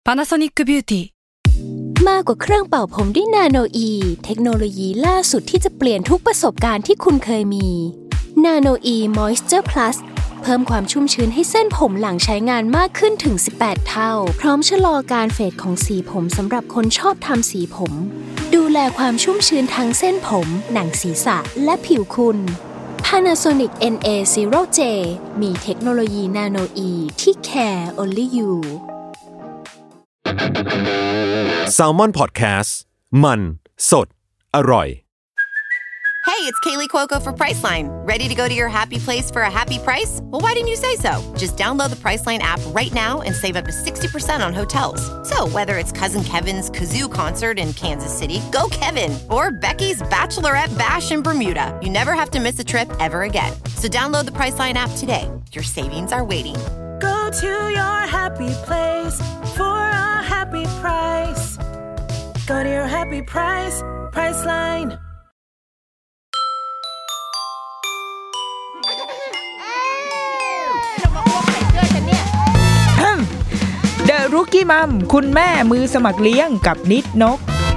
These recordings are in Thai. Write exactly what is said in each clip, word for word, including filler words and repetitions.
Panasonic Beauty มากกว่าเครื่องเป่าผมด้วยนาโนอีเทคโนโลยีล่าสุดที่จะเปลี่ยนทุกประสบการณ์ที่คุณเคยมีนาโนอีมอยส์เจอร์พลัสเพิ่มความชุ่มชื้นให้เส้นผมหลังใช้งานมากขึ้นถึงสิบแปดเท่าพร้อมชะลอการเฟดของสีผมสำหรับคนชอบทำสีผมดูแลความชุ่มชื้นทั้งเส้นผมหนังศีรษะและผิวคุณ Panasonic เอ็น เอ ศูนย์ เจ มีเทคโนโลยีนาโนอีที่ care only you Salmon Podcast มันสดอร่อย Hey, it's Kaylee Cuoco for Priceline. Ready to go to your happy place for a happy price? Well, why didn't you say so? Just download the Priceline app right now and save up to sixty percent on hotels. So, whether it's Cousin Kevin's Kazoo Concert in Kansas City, go Kevin, or Becky's Bachelorette Bash in Bermuda, you never have to miss a trip ever again. So, download the Priceline app today. Your savings are waiting. Go to your happy place for a happy price. Go to your happy price, Priceline. เดอะรุกกี้มัมคุณแม่มือสมัครเลี้ยงกับนิดนก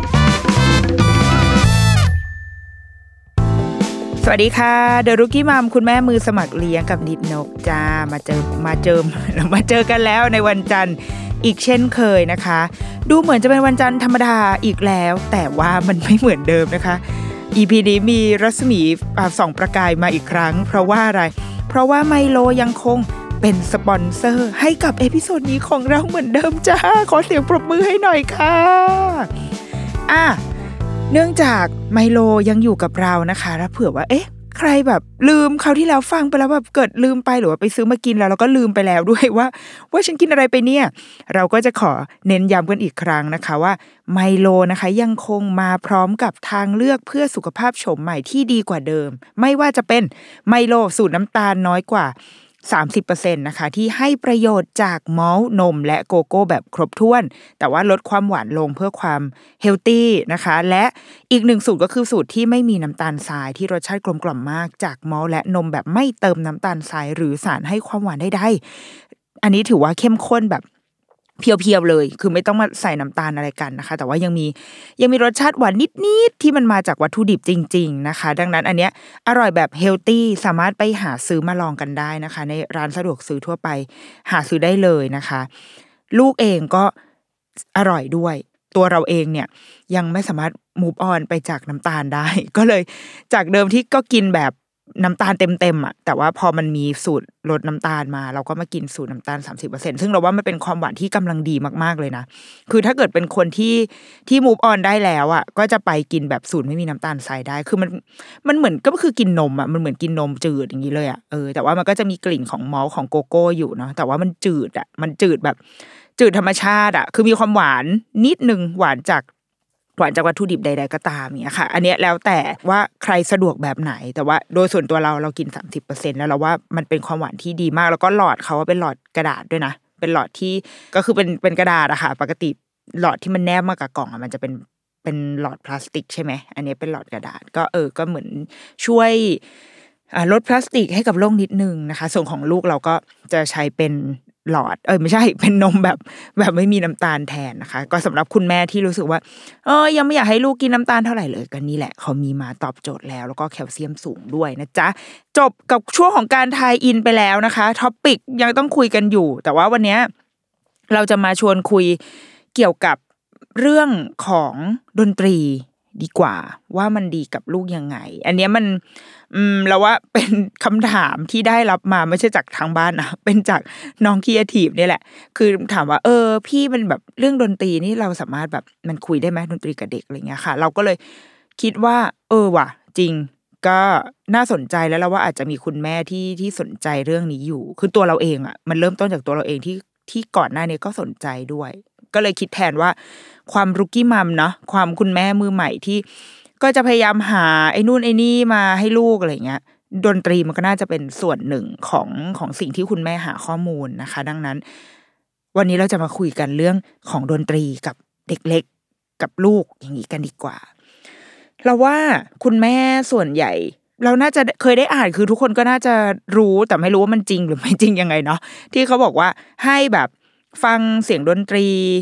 สวัสดีค่ะเดอะรุกกี้มัมคุณแม่มือสมัครเลี้ยงกับนิดนกจ้ามาเจอมาเจอมาเจอกันแล้วในวันจันทร์อีกเช่นเคยนะคะดูเหมือนจะเป็นวันจันทร์ธรรมดาอีกแล้วแต่ว่ามันไม่เหมือนเดิมนะคะ อี พี นี้มีรัศมีส่องประกายมาอีกครั้งเพราะว่าอะไรเพราะว่าไมโลยังคงเป็นสปอนเซอร์ให้กับเอพิโซดนี้ของเราเหมือนเดิมจ้าขอเสียงปรบมือให้หน่อยค่ะอ่ะเนื่องจากไมโลยังอยู่กับเรานะคะแล้วเผื่อว่าเอ๊ะใครแบบลืมคราวที่แล้วฟังไปแล้วแบบเกิดลืมไปหรือว่าไปซื้อมากินแล้วแล้วก็ลืมไปแล้วด้วยว่าว่าฉันกินอะไรไปเนี่ยเราก็จะขอเน้นย้ำกันอีกครั้งนะคะว่าไมโลนะคะยังคงมาพร้อมกับทางเลือกเพื่อสุขภาพโฉมใหม่ที่ดีกว่าเดิมไม่ว่าจะเป็นไมโลสูตรน้ำตาลน้อยกว่าสามสิบเปอร์เซ็นต์ นะคะที่ให้ประโยชน์จากมอลต์นมและโกโก้แบบครบถ้วนแต่ว่าลดความหวานลงเพื่อความเฮลตี้นะคะและอีกหนึ่งสูตรก็คือสูตรที่ไม่มีน้ำตาลทรายที่รสชาติกลมกล่อมมากจากมอลต์และนมแบบไม่เติมน้ำตาลทรายหรือสารให้ความหวานใดๆอันนี้ถือว่าเข้มข้นแบบเพียวๆเลยคือไม่ต้องมาใส่น้ำตาลอะไรกันนะคะแต่ว่ายังมียังมีรสชาติหวานนิดๆที่มันมาจากวัตถุดิบจริงๆนะคะดังนั้นอันเนี้ยอร่อยแบบเฮลตี้สามารถไปหาซื้อมาลองกันได้นะคะในร้านสะดวกซื้อทั่วไปหาซื้อได้เลยนะคะลูกเองก็อร่อยด้วยตัวเราเองเนี่ยยังไม่สามารถ move on ไปจากน้ำตาลได้ก็เลยจากเดิมที่ก็กินแบบน้ำตาลเต็มๆอ่ะแต่ว่าพอมันมีสูตรลดน้ำตาลมาเราก็มากินสูตรน้ำตาล สามสิบเปอร์เซ็นต์ ซึ่งเราว่ามันเป็นความหวานที่กำลังดีมากๆเลยนะคือถ้าเกิดเป็นคนที่ที่ move on ได้แล้วอ่ะก็จะไปกินแบบสูตรไม่มีน้ำตาลทรายได้คือมันมันเหมือนก็คือกินนมอ่ะมันเหมือนกินนมจืดอย่างนี้เลยอ่ะเออแต่ว่ามันก็จะมีกลิ่นของมอลต์ของโกโก้อยู่เนาะแต่ว่ามันจืดอ่ะมันจืดแบบจืดธรรมชาติอ่ะคือมีความหวานนิดนึงหวานจากหวานจากวัตถุดิบใดๆก็ตามเนี่ยค่ะอันเนี้ยแล้วแต่ว่าใครสะดวกแบบไหนแต่ว่าโดยส่วนตัวเราเรากิน สามสิบเปอร์เซ็นต์ แล้วเราว่ามันเป็นความหวานที่ดีมากแล้วก็หลอดเขาว่าเป็นหลอดกระดาษด้วยนะเป็นหลอดที่ก็คือเป็นเป็นกระดาษอะค่ะปกติหลอดที่มันแนบมากับกล่องอะมันจะเป็นเป็นหลอดพลาสติกใช่ไหมอันนี้เป็นหลอดกระดาษก็เออก็เหมือนช่วยอ่าลดพลาสติกให้กับโลกนิดนึงนะคะส่วนของลูกเราก็จะใช้เป็นหลอดเออไม่ใช่เป็นนมแบบแบบไม่มีน้ำตาลแทนนะคะก็สำหรับคุณแม่ที่รู้สึกว่าเออยังไม่อยากให้ลูกกินน้ำตาลเท่าไหร่เลยก็นี่แหละเขามีมาตอบโจทย์แล้วแล้วก็แคลเซียมสูงด้วยนะจ๊ะจบกับช่วงของการทายอินไปแล้วนะคะท็อปิกยังต้องคุยกันอยู่แต่ว่าวันนี้เราจะมาชวนคุยเกี่ยวกับเรื่องของดนตรีดีกว่าว่ามันดีกับลูกยังไงอันนี้มันอืมเราว่าเป็นคำถามที่ได้รับมาไม่ใช่จากทางบ้านนะเป็นจากน้องครีเอทีฟนี่แหละคือถามว่าเออพี่มันแบบเรื่องดนตรีนี่เราสามารถแบบมันคุยได้ไหมดนตรีกับเด็กอะไรเงี้ยค่ะเราก็เลยคิดว่าเออว่ะจริงก็น่าสนใจแล้วเราว่าอาจจะมีคุณแม่ที่ที่สนใจเรื่องนี้อยู่คือตัวเราเองอ่ะมันเริ่มต้นจากตัวเราเองที่ที่ก่อนหน้านี้ก็สนใจด้วยก็เลยคิดแทนว่าความรุกกี้มัมเนาะความคุณแม่มือใหม่ที่ก็จะพยายามหาไอ้นู่นไอ้นี่มาให้ลูกอะไรเงี้ยดนตรีมันก็น่าจะเป็นส่วนหนึ่งของของสิ่งที่คุณแม่หาข้อมูลนะคะดังนั้นวันนี้เราจะมาคุยกันเรื่องของดนตรีกับเด็กเล็กกับลูกอย่างนี้กันดีกว่าเราว่าคุณแม่ส่วนใหญ่เราน่าจะเคยได้อ่านคือทุกคนก็น่าจะรู้แต่ไม่รู้ว่ามันจริงหรือไม่จริงยังไงเนาะที่เขาบอกว่าให้แบบฟังเสียงดนตรี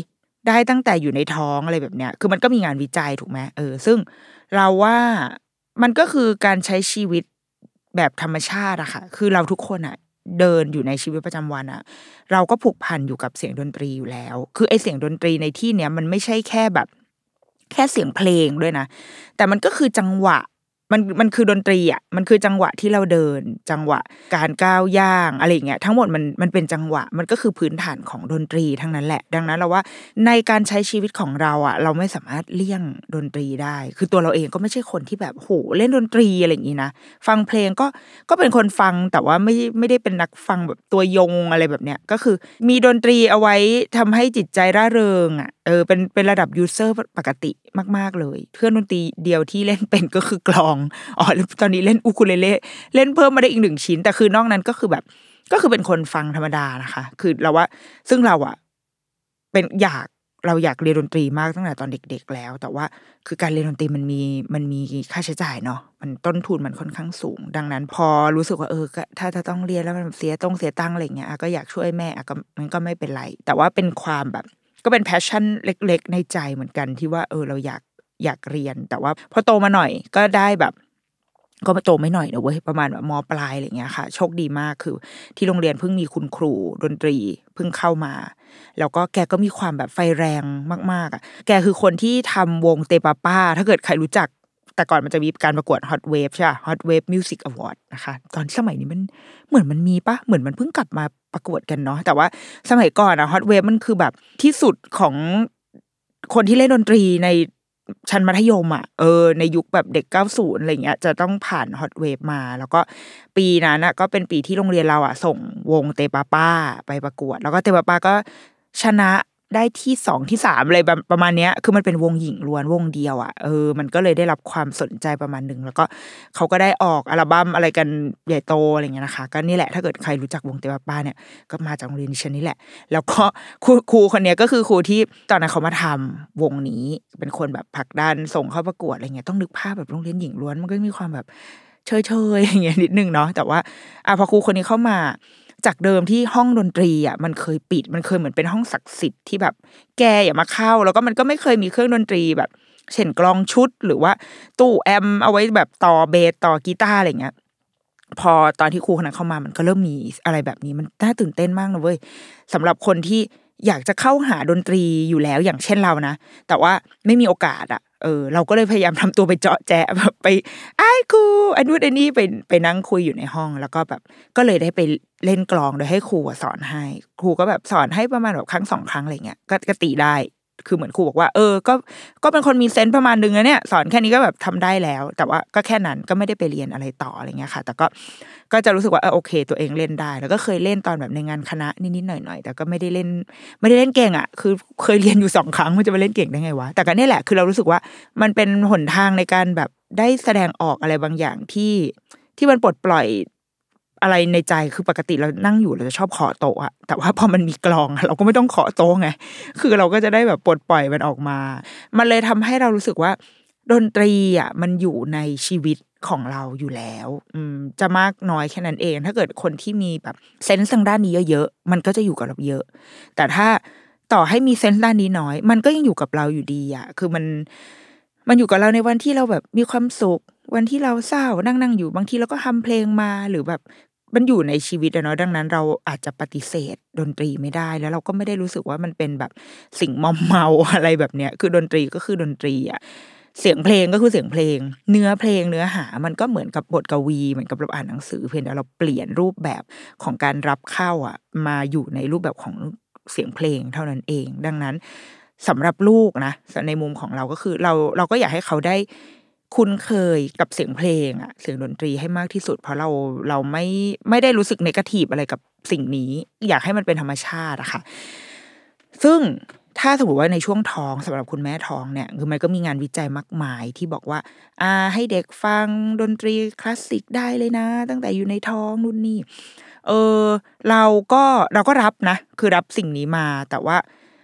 ได้ตั้งแต่อยู่ในท้องอะไรแบบเนี้ยคือมันก็มีงานวิจัยถูกไหมเออซึ่งเราว่ามันก็คือการใช้ชีวิตแบบธรรมชาติอะค่ะคือเราทุกคนอะเดินอยู่ในชีวิตประจำวันอะเราก็ผูกพันอยู่กับเสียงดนตรีอยู่แล้วคือไอเสียงดนตรีในที่เนี้ยมันไม่ใช่แค่แบบแค่เสียงเพลงด้วยนะแต่มันก็คือจังหวะมันมันคือดนตรีอ่ะมันคือจังหวะที่เราเดินจังหวะการก้าวย่างอะไรอย่างเงี้ยทั้งหมดมันมันเป็นจังหวะมันก็คือพื้นฐานของดนตรีทั้งนั้นแหละดังนั้นเราว่าในการใช้ชีวิตของเราอ่ะเราไม่สามารถเลี่ยงดนตรีได้คือตัวเราเองก็ไม่ใช่คนที่แบบโหเล่นดนตรีอะไรอย่างงี้นะฟังเพลงก็ก็เป็นคนฟังแต่ว่าไม่ไม่ได้เป็นนักฟังแบบตัวยงอะไรแบบเนี้ยก็คือมีดนตรีเอาไว้ทำให้จิตใจร่าเริงอ่ะเออเป็นเป็นระดับยูเซอร์ปกติมากๆเลยเครื่องดนตรีเดียวที่เล่นเป็นก็คือกลองอ๋อตอนนี้เล่นอูคูเลเล่เล่นเพิ่มมาได้อีกหนึ่งชิ้นแต่คือนอกนั้นก็คือแบบก็คือเป็นคนฟังธรรมดานะคะคือเราว่าซึ่งเราอะเป็นอยากเราอยากเรียนดนตรีมากตั้งแต่ตอนเด็กๆแล้วแต่ว่าคือการเรียนดนตรีมันมีมันมีค่าใช้จ่ายเนาะมันต้นทุนมันค่อนข้างสูงดังนั้นพอรู้สึกว่าเออถ้าถ้าต้องเรียนแล้วมันเสียตรงเสียตังค์อะไรเงี้ยก็อยากช่วยแม่ก็มันก็ไม่เป็นไรแต่ว่าเป็นความแบบก็เป็นแพชชั่นเล็กๆในใจเหมือนกันที่ว่าเออเราอยากอยากเรียนแต่ว่าพอโตมาหน่อยก็ได้แบบก็โตไม่หน่อยนะเว้ยประมาณแบบม.ปลายอะไรเงี้ยค่ะโชคดีมากคือที่โรงเรียนเพิ่งมีคุณครูดนตรีเพิ่งเข้ามาแล้วก็แกก็มีความแบบไฟแรงมากๆอ่ะแกคือคนที่ทำวงเตปาป้าถ้าเกิดใครรู้จักแต่ก่อนมันจะมีการประกวด Hot Wave ใช่ป่ะ Hot Wave Music Award นะคะตอนสมัยนี้มันเหมือนมันมีปะเหมือนมันเพิ่งกลับมาประกวดกันเนาะแต่ว่าสมัยก่อนอะ Hot Wave มันคือแบบที่สุดของคนที่เล่นดนตรีในชั้นมัธยมอ่ะเออในยุคแบบเด็กเก้าสิบอะไรเงี้ยจะต้องผ่านฮอตเวฟมาแล้วก็ปีนั้นน่ะก็เป็นปีที่โรงเรียนเราอ่ะส่งวงเตปาป้าไปประกวดแล้วก็เตปาป้าก็ชนะได้ที่สองที่สามอะไรแบบประมาณเนี้ยคือมันเป็นวงหญิงล้วนวงเดียวอ่ะเออมันก็เลยได้รับความสนใจประมาณนึงแล้วก็เขาก็ได้ออกอัลบั้มอะไรกันใหญ่โตอะไรเงี้ยนะคะก็นี่แหละถ้าเกิดใครรู้จักวงเตปาป้าเนี่ยก็มาจากโรงเรียนดิฉันนี่แหละแล้วก็ครูครูคนนี้ก็คือครูที่ตอนนั้นเขามาทำวงนี้เป็นคนแบบผลักดันส่งเข้าประกวดอะไรเงี้ยต้องนึกภาพแบบโรงเรียนหญิงล้วนมันก็มีความแบบเชยๆอย่างเงี้ยนิดนึงเนาะแต่ว่าอ่ะพอครูคนนี้เข้ามาจากเดิมที่ห้องดนตรีอ่ะมันเคยปิดมันเคยเหมือนเป็นห้องศักดิ์สิทธิ์ที่แบบแกอย่ามาเข้าแล้วก็มันก็ไม่เคยมีเครื่องดนตรีแบบเช่นกลองชุดหรือว่าตู้แอมเอาไว้แบบต่อเบสต่อกีตาร์อะไรเงี้ยพอตอนที่ครูคนนั้นเข้ามามันก็เริ่มมีอะไรแบบนี้มันน่าตื่นเต้นมากนะเว้ยสำหรับคนที่อยากจะเข้าหาดนตรีอยู่แล้วอย่างเช่นเรานะแต่ว่าไม่มีโอกาสอ่ะเออเราก็เลยพยายามทำตัวไปเจาะแจ๊ะแบบไปไอ้ครูอันนู้นอันนี้ไปไปนั่งคุยอยู่ในห้องแล้วก็แบบก็เลยได้ไปเล่นกลองโดยให้ครูสอนให้ครูก็แบบสอนให้ประมาณแบบครั้งสองครั้งอะไรเงี้ยก็ก็ตีได้คือเหมือนครูบอกว่าเออก็ก็เป็นคนมีเซนส์ประมาณนึงนะเนี่ยสอนแค่นี้ก็แบบทำได้แล้วแต่ว่าก็แค่นั้นก็ไม่ได้ไปเรียนอะไรต่ออะไรเงี้ยค่ะแต่ก็ก็จะรู้สึกว่าเออโอเคตัวเองเล่นได้แล้วก็เคยเล่นตอนแบบในงานคณะนิดๆหน่อยๆแต่ก็ไม่ได้เล่นไม่ได้เล่นเก่งอ่ะคือเคยเรียนอยู่สองครั้งมันจะไปเล่นเก่งได้ไงวะแต่ก็นี่แหละคือเรารู้สึกว่ามันเป็นหนทางในการแบบได้แสดงออกอะไรบางอย่างที่ที่มันปลดปล่อยอะไรในใจคือปกติเรานั่งอยู่เราจะชอบขอโต๊ะอะแต่ว่าพอมันมีกลองเราก็ไม่ต้องขอโต๊ะไงคือเราก็จะได้แบบปลดปล่อยมันออกมามันเลยทำให้เรารู้สึกว่าดนตรีอ่ะมันอยู่ในชีวิตของเราอยู่แล้วอืมจะมากน้อยแค่นั้นเองถ้าเกิดคนที่มีแบบเซนส์ทางด้านนี้เยอะๆมันก็จะอยู่กับเราเยอะแต่ถ้าต่อให้มีเซนส์ด้านนี้น้อยมันก็ยังอยู่กับเราอยู่ดีอ่ะคือมันมันอยู่กับเราในวันที่เราแบบมีความสุขวันที่เราเศร้านั่งๆอยู่บางทีเราก็ทำเพลงมาหรือแบบมันอยู่ในชีวิตอะเนาะดังนั้นเราอาจจะปฏิเสธดนตรีไม่ได้แล้วเราก็ไม่ได้รู้สึกว่ามันเป็นแบบสิ่งมอมเมาอะไรแบบเนี้ยคือดนตรีก็คือดนตรีอะเสียงเพลงก็คือเสียงเพลงเนื้อเพลงเนื้อหามันก็เหมือนกับบทกวีเหมือนกับเราอ่านหนังสือเพียงแต่เราเปลี่ยนรูปแบบของการรับเข้าอ่ะมาอยู่ในรูปแบบของเสียงเพลงเท่านั้นเองดังนั้นสำหรับลูกนะในมุมของเราก็คือเราเราก็อยากให้เขาได้คุ้นเคยกับเสียงเพลงอะเสียงดนตรีให้มากที่สุดเพราะเราเราไม่ไม่ได้รู้สึกเนกาทีฟอะไรกับสิ่งนี้อยากให้มันเป็นธรรมชาติอะค่ะซึ่งถ้าสมมติว่าในช่วงท้องสำหรับคุณแม่ท้องเนี่ยคือมันก็มีงานวิจัยมากมายที่บอกว่าอ่าให้เด็กฟังดนตรีคลาสสิกได้เลยนะตั้งแต่อยู่ในท้องนู่นนี่เออเราก็เราก็รับนะคือรับสิ่งนี้มาแต่ว่า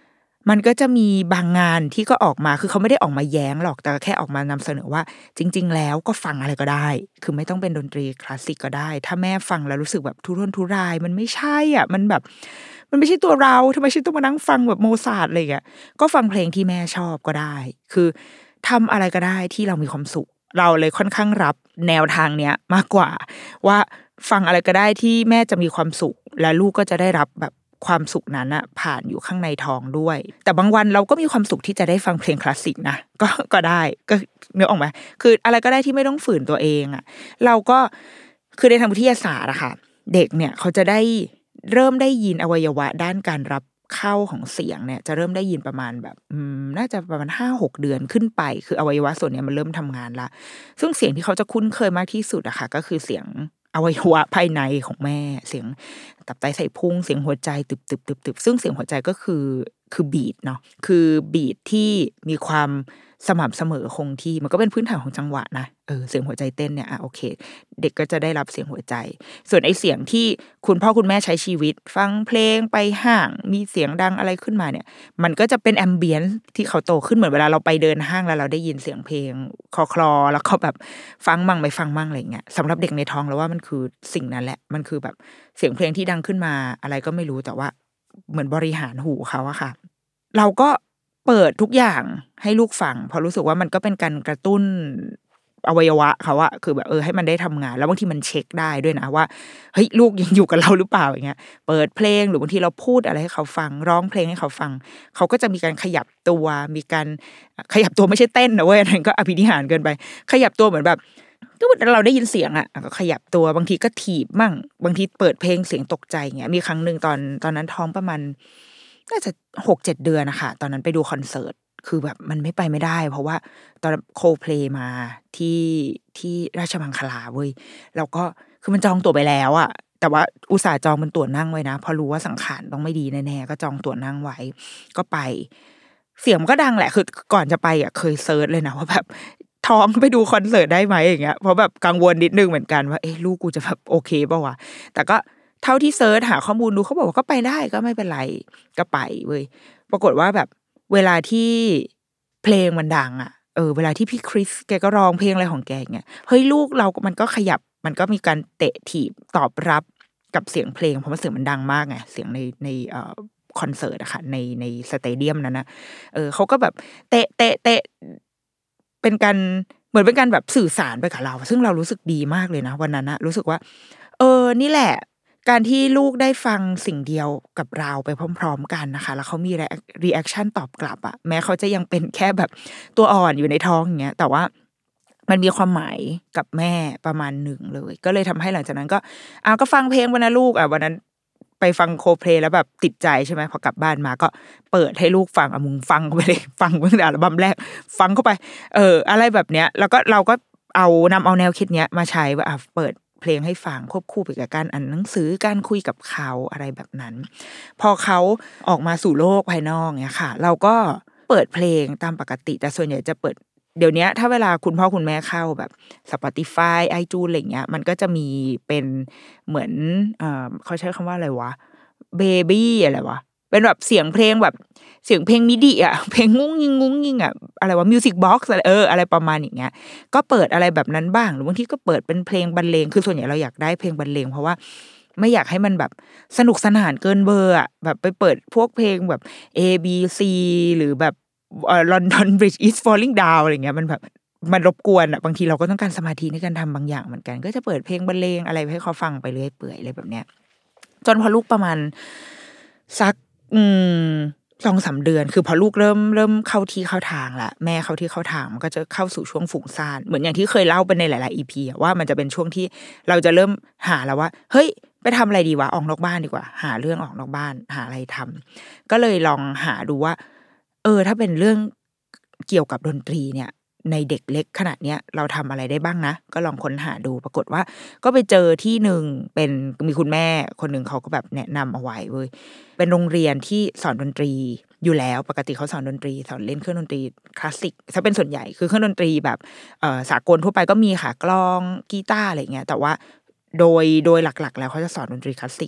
มันก็จะมีบางงานที่ก็ออกมาคือเขาไม่ได้ออกมาแย้งหรอกแต่แค่ออกมานำเสนอว่าจริงๆแล้วก็ฟังอะไรก็ได้คือไม่ต้องเป็นดนตรีคลาสสิกก็ได้ถ้าแม่ฟังแล้วรู้สึกแบบทุรนทุรายมันไม่ใช่อ่ะมันแบบมันไม่ใช่ตัวเราทำไมฉันต้องมานั่งฟังแบบโมซาร์ทอะไรอย่างเงี้ยก็ฟังเพลงที่แม่ชอบก็ได้คือทำอะไรก็ได้ที่เรามีความสุขเราเลยค่อนข้างรับแนวทางเนี้ยมากกว่าว่าฟังอะไรก็ได้ที่แม่จะมีความสุขและลูกก็จะได้รับแบบความสุขนั้นอะผ่านอยู่ข้างในท้องด้วยแต่บางวันเราก็มีความสุขที่จะได้ฟังเพลงคลาสสิกนะก็ก็ได้ก็นึกออกไหมคืออะไรก็ได้ที่ไม่ต้องฝืนตัวเองอะเราก็คือในทางวิทยาศาสตร์อะค่ะเด็กเนี่ยเขาจะได้เริ่มได้ยินอวัยวะด้านการรับเข้าของเสียงเนี่ยจะเริ่มได้ยินประมาณแบบอืมน่าจะประมาณ ห้าหก เดือนขึ้นไปคืออวัยวะส่วนนี้มันเริ่มทำงานละซึ่งเสียงที่เขาจะคุ้นเคยมากที่สุดอะค่ะก็คือเสียงอวัยวะภายในของแม่เสียงตับไตไส้พุงเสียงหัวใจตึบๆๆๆซึ่งเสียงหัวใจก็คือคือบีทเนาะคือบีทที่มีความสม่ำเสมอคงที่มันก็เป็นพื้นฐานของจังหวะนะเออเสียงหัวใจเต้นเนี่ยอ่ะโอเคเด็กก็จะได้รับเสียงหัวใจส่วนไอ้เสียงที่คุณพ่อคุณแม่ใช้ชีวิตฟังเพลงไปห้างมีเสียงดังอะไรขึ้นมาเนี่ยมันก็จะเป็นแอมเบียนซ์ที่เขาโตขึ้นเหมือนเวลาเราไปเดินห้างแล้วเราได้ยินเสียงเพลงคลอๆแล้วก็แบบฟังมั่งไม่ฟังมั่งอะไรเงี้ยสำหรับเด็กในท้องแล้วว่ามันคือสิ่งนั้นแหละมันคือแบบเสียงเพลงที่ดังขึ้นมาอะไรก็ไม่รู้แต่ว่าเหมือนบริหารหูเขาอะค่ะเราก็เปิดทุกอย่างให้ลูกฟังเพราะรู้สึกว่ามันก็เป็นการกระตุ้นอวัยวะเขาอะคือแบบเออให้มันได้ทำงานแล้วบางทีมันเช็คได้ด้วยนะว่าเฮ้ยลูกยังอยู่กับเราหรือเปล่าอย่างเงี้ยเปิดเพลงหรือบางทีเราพูดอะไรให้เขาฟังร้องเพลงให้เขาฟังเขาก็จะมีการขยับตัวมีการขยับตัวไม่ใช่เต้นนะเว้ยอันนั้นก็อภินิหารเกินไปขยับตัวเหมือนแบบก็เราได้ยินเสียงอ่ะก็ขยับตัวบางทีก็ถีบมั่งบางทีเปิดเพลงเสียงตกใจเงี้ยมีครั้งนึงตอนตอนนั้นท้องประมาณน่าจะ หกเจ็ด เดือนนะคะตอนนั้นไปดูคอนเสิร์ตคือแบบมันไม่ไปไม่ได้เพราะว่าตอนโคเพลย์มาที่ที่ราชมังคลาเว้ยแล้วก็คือมันจองตั๋วไปแล้วอ่ะแต่ว่าอุตส่าห์จองเป็นตั๋วนั่งไว้นะพอรู้ว่าสังขารต้องไม่ดีแน่ๆก็จองตั๋วนั่งไว้ก็ไปเสียงมันก็ดังแหละคือก่อนจะไปอ่ะเคยเซิร์ชเลยนะว่าแบบท้องไปดูคอนเสิร์ตได้ไหมอย่างเงี้ยเพราะแบบกังวลนิดนึงเหมือนกันว่าเอ๊ะลูกกูจะแบบโอเคป่าววะแต่ก็เท่าที่เซิร์ชหาข้อมูลดูเขาบอกว่าก็ไปได้ก็ไม่เป็นไรก็ไปเว้ยปรากฏว่าแบบเวลาที่เพลงมันดังอ่ะเออเวลาที่พี่คริสแกก็ร้องเพลงอะไรของแกอย่างเงี้ยเฮ้ยลูกเรามันก็ขยับมันก็มีการเตะถีบตอบรับกับเสียงเพลงเพราะว่าเสียงมันดังมากไงเสียงในในเอ่อคอนเสิร์ตอะค่ะในในสเตเดียมนั้นนะเออเขาก็แบบเตะเตะเตะเป็นการเหมือนเป็นการแบบสื่อสารไปกับเราซึ่งเรารู้สึกดีมากเลยนะวันนั้นนะรู้สึกว่าเออนี่แหละการที่ลูกได้ฟังสิ่งเดียวกับเราไปพร้อมๆกันนะคะแล้วเขามีรีแอคชั่นตอบกลับอะแม้เขาจะยังเป็นแค่แบบตัวอ่อนอยู่ในท้องอย่างเงี้ยแต่ว่ามันมีความหมายกับแม่ประมาณหนึ่งเลยก็เลยทำให้หลังจากนั้นก็อ้าวก็ฟังเพลงวันนั้นลูกอ่ะวันนั้นไปฟังโคเพลย์แล้วแบบติดใจใช่ไหมพอกลับบ้านมาก็เปิดให้ลูกฟังอ่ะมึงฟังไปเลยฟังตั้งแต่อัลบั้มแรกฟังเข้าไปเอออะไรแบบเนี้ยแล้วก็เราก็เอานำเอาแนวคิดเนี้ยมาใช้ว่าอ่ะเปิดเพลงให้ฟังควบคู่ไปกับการอ่านหนังสือการคุยกับเขาอะไรแบบนั้นพอเขาออกมาสู่โลกภายนอกเนี่ยค่ะเราก็เปิดเพลงตามปกติแต่ส่วนใหญ่จะเปิดเดี๋ยวนี้ถ้าเวลาคุณพ่อคุณแม่เข้าแบบ Spotify iTunes อะไรเงี้ยมันก็จะมีเป็นเหมือนเอ่อเขาใช้คำว่าอะไรวะ Baby อะไรวะเป็นแบบเสียงเพลงแบบเสียงเพลงมิดิอ่ะเพลงงุ้งยิงงุ้งยิงอ่ะอะไรวะมิวสิกบ็อกซ์อะไรเอออะไรประมาณอย่างเงี้ยก็เปิดอะไรแบบนั้นบ้างหรือบางทีก็เปิดเป็นเพลงบรรเลงคือส่วนใหญ่เราอยากได้เพลงบรรเลงเพราะว่าไม่อยากให้มันแบบสนุกสนานเกินเบอร์อ่ะแบบไปเปิดพวกเพลงแบบ A B C หรือแบบเอ่อ London Bridge is falling down อะไรเงี้ยมันแบบมันรบกวนอ่ะบางทีเราก็ต้องการสมาธิในการทำบางอย่างเหมือนกันก็จะเปิดเพลงบรรเลงอะไรให้เขาฟังไปเรื่อยเปื่อยอะไรแบบเนี้ยจนพอลูกประมาณสักอืมสองสามเดือนคือพอลูกเริ่มเริ่มเข้าที่เข้าทางละแม่เข้าที่เข้าทางมันก็จะเข้าสู่ช่วงฝุ่งซ่านเหมือนอย่างที่เคยเล่าไปในหลายๆ อี พี อ่ะว่ามันจะเป็นช่วงที่เราจะเริ่มหาแล้วว่าเฮ้ยไปทำอะไรดีวะออกนอกบ้านดีกว่าหาเรื่องออกนอกบ้านหาอะไรทำก็เลยลองหาดูว่าเออถ้าเป็นเรื่องเกี่ยวกับดนตรีเนี่ยในเด็กเล็กขนาดเนี้ยเราทำอะไรได้บ้างนะก็ลองค้นหาดูปรากฏว่าก็ไปเจอที่หนึ่งเป็นมีคุณแม่คนหนึ่งเขาก็แบบแนะนำเอาไว้เว้ยเป็นโรงเรียนที่สอนดนตรีอยู่แล้วปกติเขาสอนดนตรีสอนเล่นเครื่องดนตรีคลาสสิกซะเป็นส่วนใหญ่คือเครื่องดนตรีแบบเอ่อสากลทั่วไปก็มีค่ะกลองกีตาร์อะไรเงี้ยแต่ว่าโดยโดยหลักๆแล้วเขาจะสอนดนตรีคลาสสิก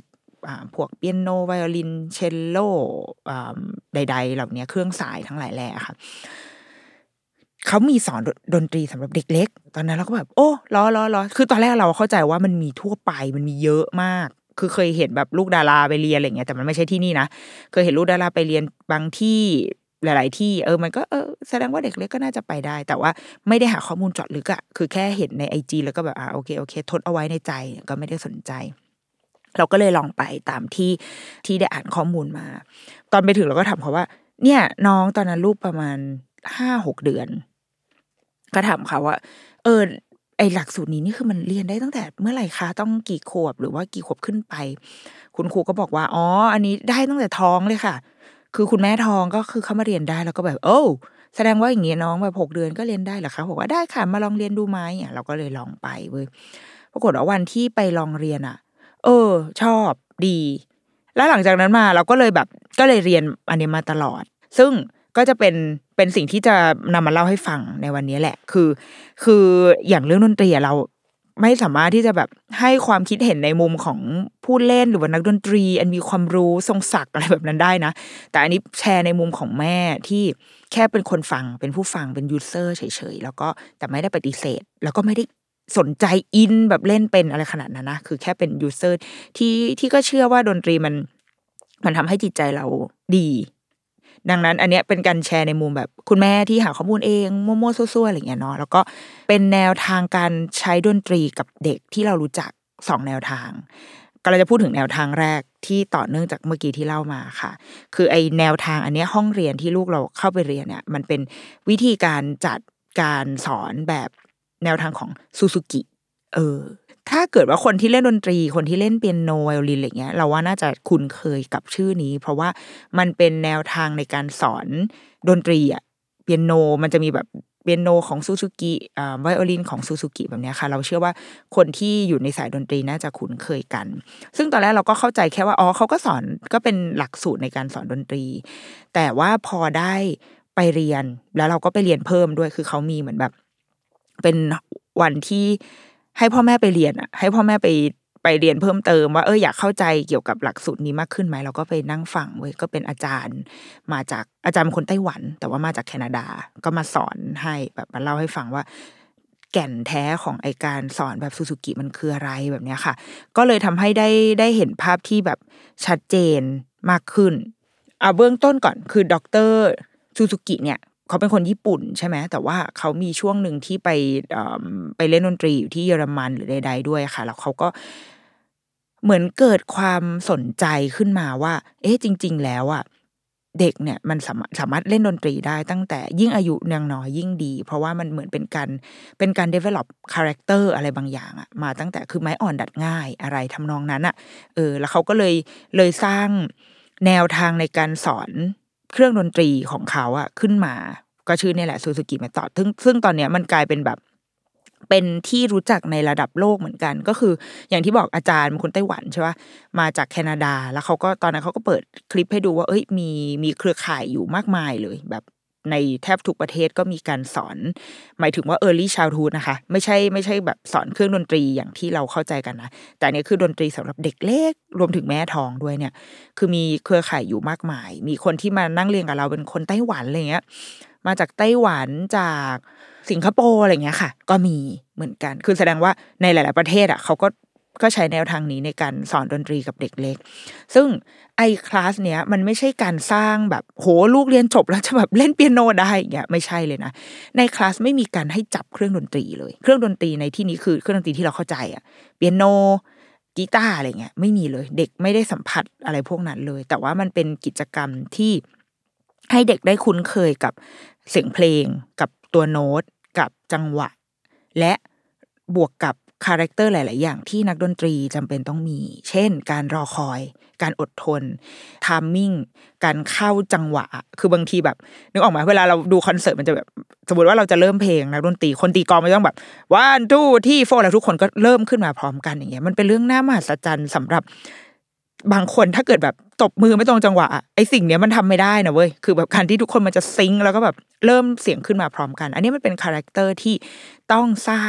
อ่าพวกเปียโนไวโอลินเชลโลอ่าใดๆเหล่านี้เครื่องสายทั้งหลายแหล่ค่ะเขามีสอนดนตรีสำหรับเด็กเล็กตอนนั้นเราก็แบบโอ้ล้อล้อล้อคือตอนแรกเราเข้าใจว่ามันมีทั่วไปมันมีเยอะมากคือเคยเห็นแบบลูกดาราไปเรียนอะไรเงี้ยแต่มันไม่ใช่ที่นี่นะเคยเห็นลูกดาราไปเรียนบางที่หลายๆที่เออมันก็เออแสดงว่าเด็กเล็กก็น่าจะไปได้แต่ว่าไม่ได้หาข้อมูลเจาะลึกอะคือแค่เห็นใน ไอ จี แล้วก็แบบอ่าโอเคโอเคทดเอาไว้ในใจก็ไม่ได้สนใจเราก็เลยลองไปตามที่ที่ได้อ่านข้อมูลมาตอนไปถึงเราก็ถามเขาว่าเนี่ยน้องตอนนั้นลูกประมาณ ห้าหก เดือนก็ถามเขาว่าเออไอหลักสูตรนี้นี่คือมันเรียนได้ตั้งแต่เมื่อไหร่คะต้องกี่ขวบหรือว่ากี่ขวบขึ้นไปคุณครูก็บอกว่าอ๋ออันนี้ได้ตั้งแต่ท้องเลยค่ะคือคุณแม่ท้องก็คือเข้ามาเรียนได้แล้วก็แบบโอ้แสดงว่าอย่างเงี้ยน้องแบบหกเดือนก็เรียนได้เหรอคะบอกว่าได้ค่ะมาลองเรียนดูไหมอ่ะเราก็เลยลองไปเว้ยปรากฏว่าวันที่ไปลองเรียนอ่ะเออชอบดีแล้วหลังจากนั้นมาเราก็เลยแบบก็เลยเรียนอันนี้มาตลอดซึ่งก็จะเป็นเป็นสิ่งที่จะนำมาเล่าให้ฟังในวันนี้แหละคือคืออย่างเรื่องดนตรีเราไม่สามารถที่จะแบบให้ความคิดเห็นในมุมของผู้เล่นหรือว่านักดนตรีอันมีความรู้ทรงศักดิ์อะไรแบบนั้นได้นะแต่อันนี้แชร์ในมุมของแม่ที่แค่เป็นคนฟังเป็นผู้ฟังเป็นยูเซอร์เฉยๆแล้วก็แต่ไม่ได้ปฏิเสธแล้วก็ไม่ได้สนใจอินแบบเล่นเป็นอะไรขนาดนั้นนะคือแค่เป็นยูเซอร์ที่ที่ก็เชื่อว่าดนตรีมันมันทำให้จิตใจเราดีดังนั้นอันเนี้ยเป็นการแชร์ในมุมแบบคุณแม่ที่หาข้อมูลเองมั่วๆซั่วๆอะไรอย่างเงี้ยเนาะแล้วก็เป็นแนวทางการใช้ดนตรีกับเด็กที่เรารู้จักสองแนวทางก็เราจะพูดถึงแนวทางแรกที่ต่อเนื่องจากเมื่อกี้ที่เล่ามาค่ะคือไอแนวทางอันเนี้ยห้องเรียนที่ลูกเราเข้าไปเรียนเนี่ยมันเป็นวิธีการจัดการสอนแบบแนวทางของซูซูกิเออถ้าเกิดว่าคนที่เล่นดนตรีคนที่เล่นเปียโนไวโอลินอะไรเงี้ยเราว่าน่าจะคุ้นเคยกับชื่อนี้เพราะว่ามันเป็นแนวทางในการสอนดนตรีอ่ะเปียโนมันจะมีแบบเปียโนของซูซูกิอ่าไวโอลินของซูซูกิแบบนี้ค่ะเราเชื่อว่าคนที่อยู่ในสายดนตรีน่าจะคุ้นเคยกันซึ่งตอนแรกเราก็เข้าใจแค่ว่าอ๋อเขาก็สอนก็เป็นหลักสูตรในการสอนดนตรีแต่ว่าพอได้ไปเรียนแล้วเราก็ไปเรียนเพิ่มด้วยคือเขามีเหมือนแบบเป็นวันที่ให้พ่อแม่ไปเรียนอ่ะให้พ่อแม่ไปไปเรียนเพิ่มเติมว่าเอออยากเข้าใจเกี่ยวกับหลักสูตรนี้มากขึ้นไหมเราก็ไปนั่งฟังเว้ยก็เป็นอาจารย์มาจากอาจารย์เป็นคนไต้หวันแต่ว่ามาจากแคนาดาก็มาสอนให้แบบมาเล่าให้ฟังว่าแก่นแท้ของไอการสอนแบบซูซูกิมันคืออะไรแบบนี้ค่ะก็เลยทำให้ได้ได้เห็นภาพที่แบบชัดเจนมากขึ้นเอาเบื้องต้นก่อนคือดร.ซูซูกิเนี่ยเขาเป็นคนญี่ปุ่นใช่ไหมแต่ว่าเขามีช่วงหนึ่งที่ไปไปเล่นดนตรีอยู่ที่เยอรมันหรือใดๆด้วยค่ะแล้วเขาก็เหมือนเกิดความสนใจขึ้นมาว่าเอ๊ะจริงๆแล้วอ่ะเด็กเนี่ยมันสามารถสามารถเล่นดนตรีได้ตั้งแต่ยิ่งอายุยังน้อยยิ่งดีเพราะว่ามันเหมือนเป็นการเป็นการ develop character อะไรบางอย่างอ่ะมาตั้งแต่คือไม้อ่อนดัดง่ายอะไรทำนองนั้นอ่ะเออแล้วเขาก็เลยเลยสร้างแนวทางในการสอนเครื่องดนตรีของเขาอะขึ้นมาก็ชื่อนี่แหละซูซูกิเมธอดซึ่งซึ่งตอนเนี้ยมันกลายเป็นแบบเป็นที่รู้จักในระดับโลกเหมือนกันก็คืออย่างที่บอกอาจารย์เป็นคนไต้หวันใช่ป่ะมาจากแคนาดาแล้วเขาก็ตอนนั้นเขาก็เปิดคลิปให้ดูว่าเอ้ยมีมีเครือข่ายอยู่มากมายเลยแบบในแทบทุกประเทศก็มีการสอนหมายถึงว่า early childhood นะคะไม่ใช่ไม่ใช่แบบสอนเครื่องดนตรีอย่างที่เราเข้าใจกันนะแต่เนี่ยคือดนตรีสำหรับเด็กเล็กรวมถึงแม่ท้องด้วยเนี่ยคือมีเครือข่ายอยู่มากมายมีคนที่มานั่งเรียนกับเราเป็นคนไต้หวันอะไรเงี้ยมาจากไต้หวันจากสิงคโปร์อะไรเงี้ยค่ะก็มีเหมือนกันคือแสดงว่าในหลายๆประเทศอ่ะเขาก็ก็ใช้แนวทางนี้ในการสอนดนตรีกับเด็กเล็กซึ่งไอ้คลาสเนี้ยมันไม่ใช่การสร้างแบบโหลูกเรียนจบแล้วจะแบบเล่นเปียโนได้อย่างเงี้ยไม่ใช่เลยนะในคลาสไม่มีการให้จับเครื่องดนตรีเลยเครื่องดนตรีในที่นี้คือเครื่องดนตรีที่เราเข้าใจอ่ะเปียโนกีตาร์อะไรเงี้ยไม่มีเลยเด็กไม่ได้สัมผัสอะไรพวกนั้นเลยแต่ว่ามันเป็นกิจกรรมที่ให้เด็กได้คุ้นเคยกับเสียงเพลงกับตัวโน้ตกับจังหวะและบวกกับคาแรคเตอร์หลายๆอย่างที่นักดนตรีจำเป็นต้องมีเช่นการรอคอยการอดทนไทมิ่งการเข้าจังหวะคือบางทีแบบนึกออกไหมเวลาเราดูคอนเสิร์ตมันจะแบบสมมติว่าเราจะเริ่มเพลงนักดนตรีคนตีกลองมันต้องแบบone two three fourแล้วทุกคนก็เริ่มขึ้นมาพร้อมกันอย่างเงี้ยมันเป็นเรื่องน่ามหัศจรรย์สำหรับบางคนถ้าเกิดแบบตบมือไม่ตรงจังหวะไอ้สิ่งเนี้ยมันทำไม่ได้นะเว้ยคือแบบการที่ทุกคนมันจะซิงค์แล้วก็แบบเริ่มเสียงขึ้นมาพร้อมกันอันนี้มันเป็นคาแรคเตอร์ที่ต้องสร้าง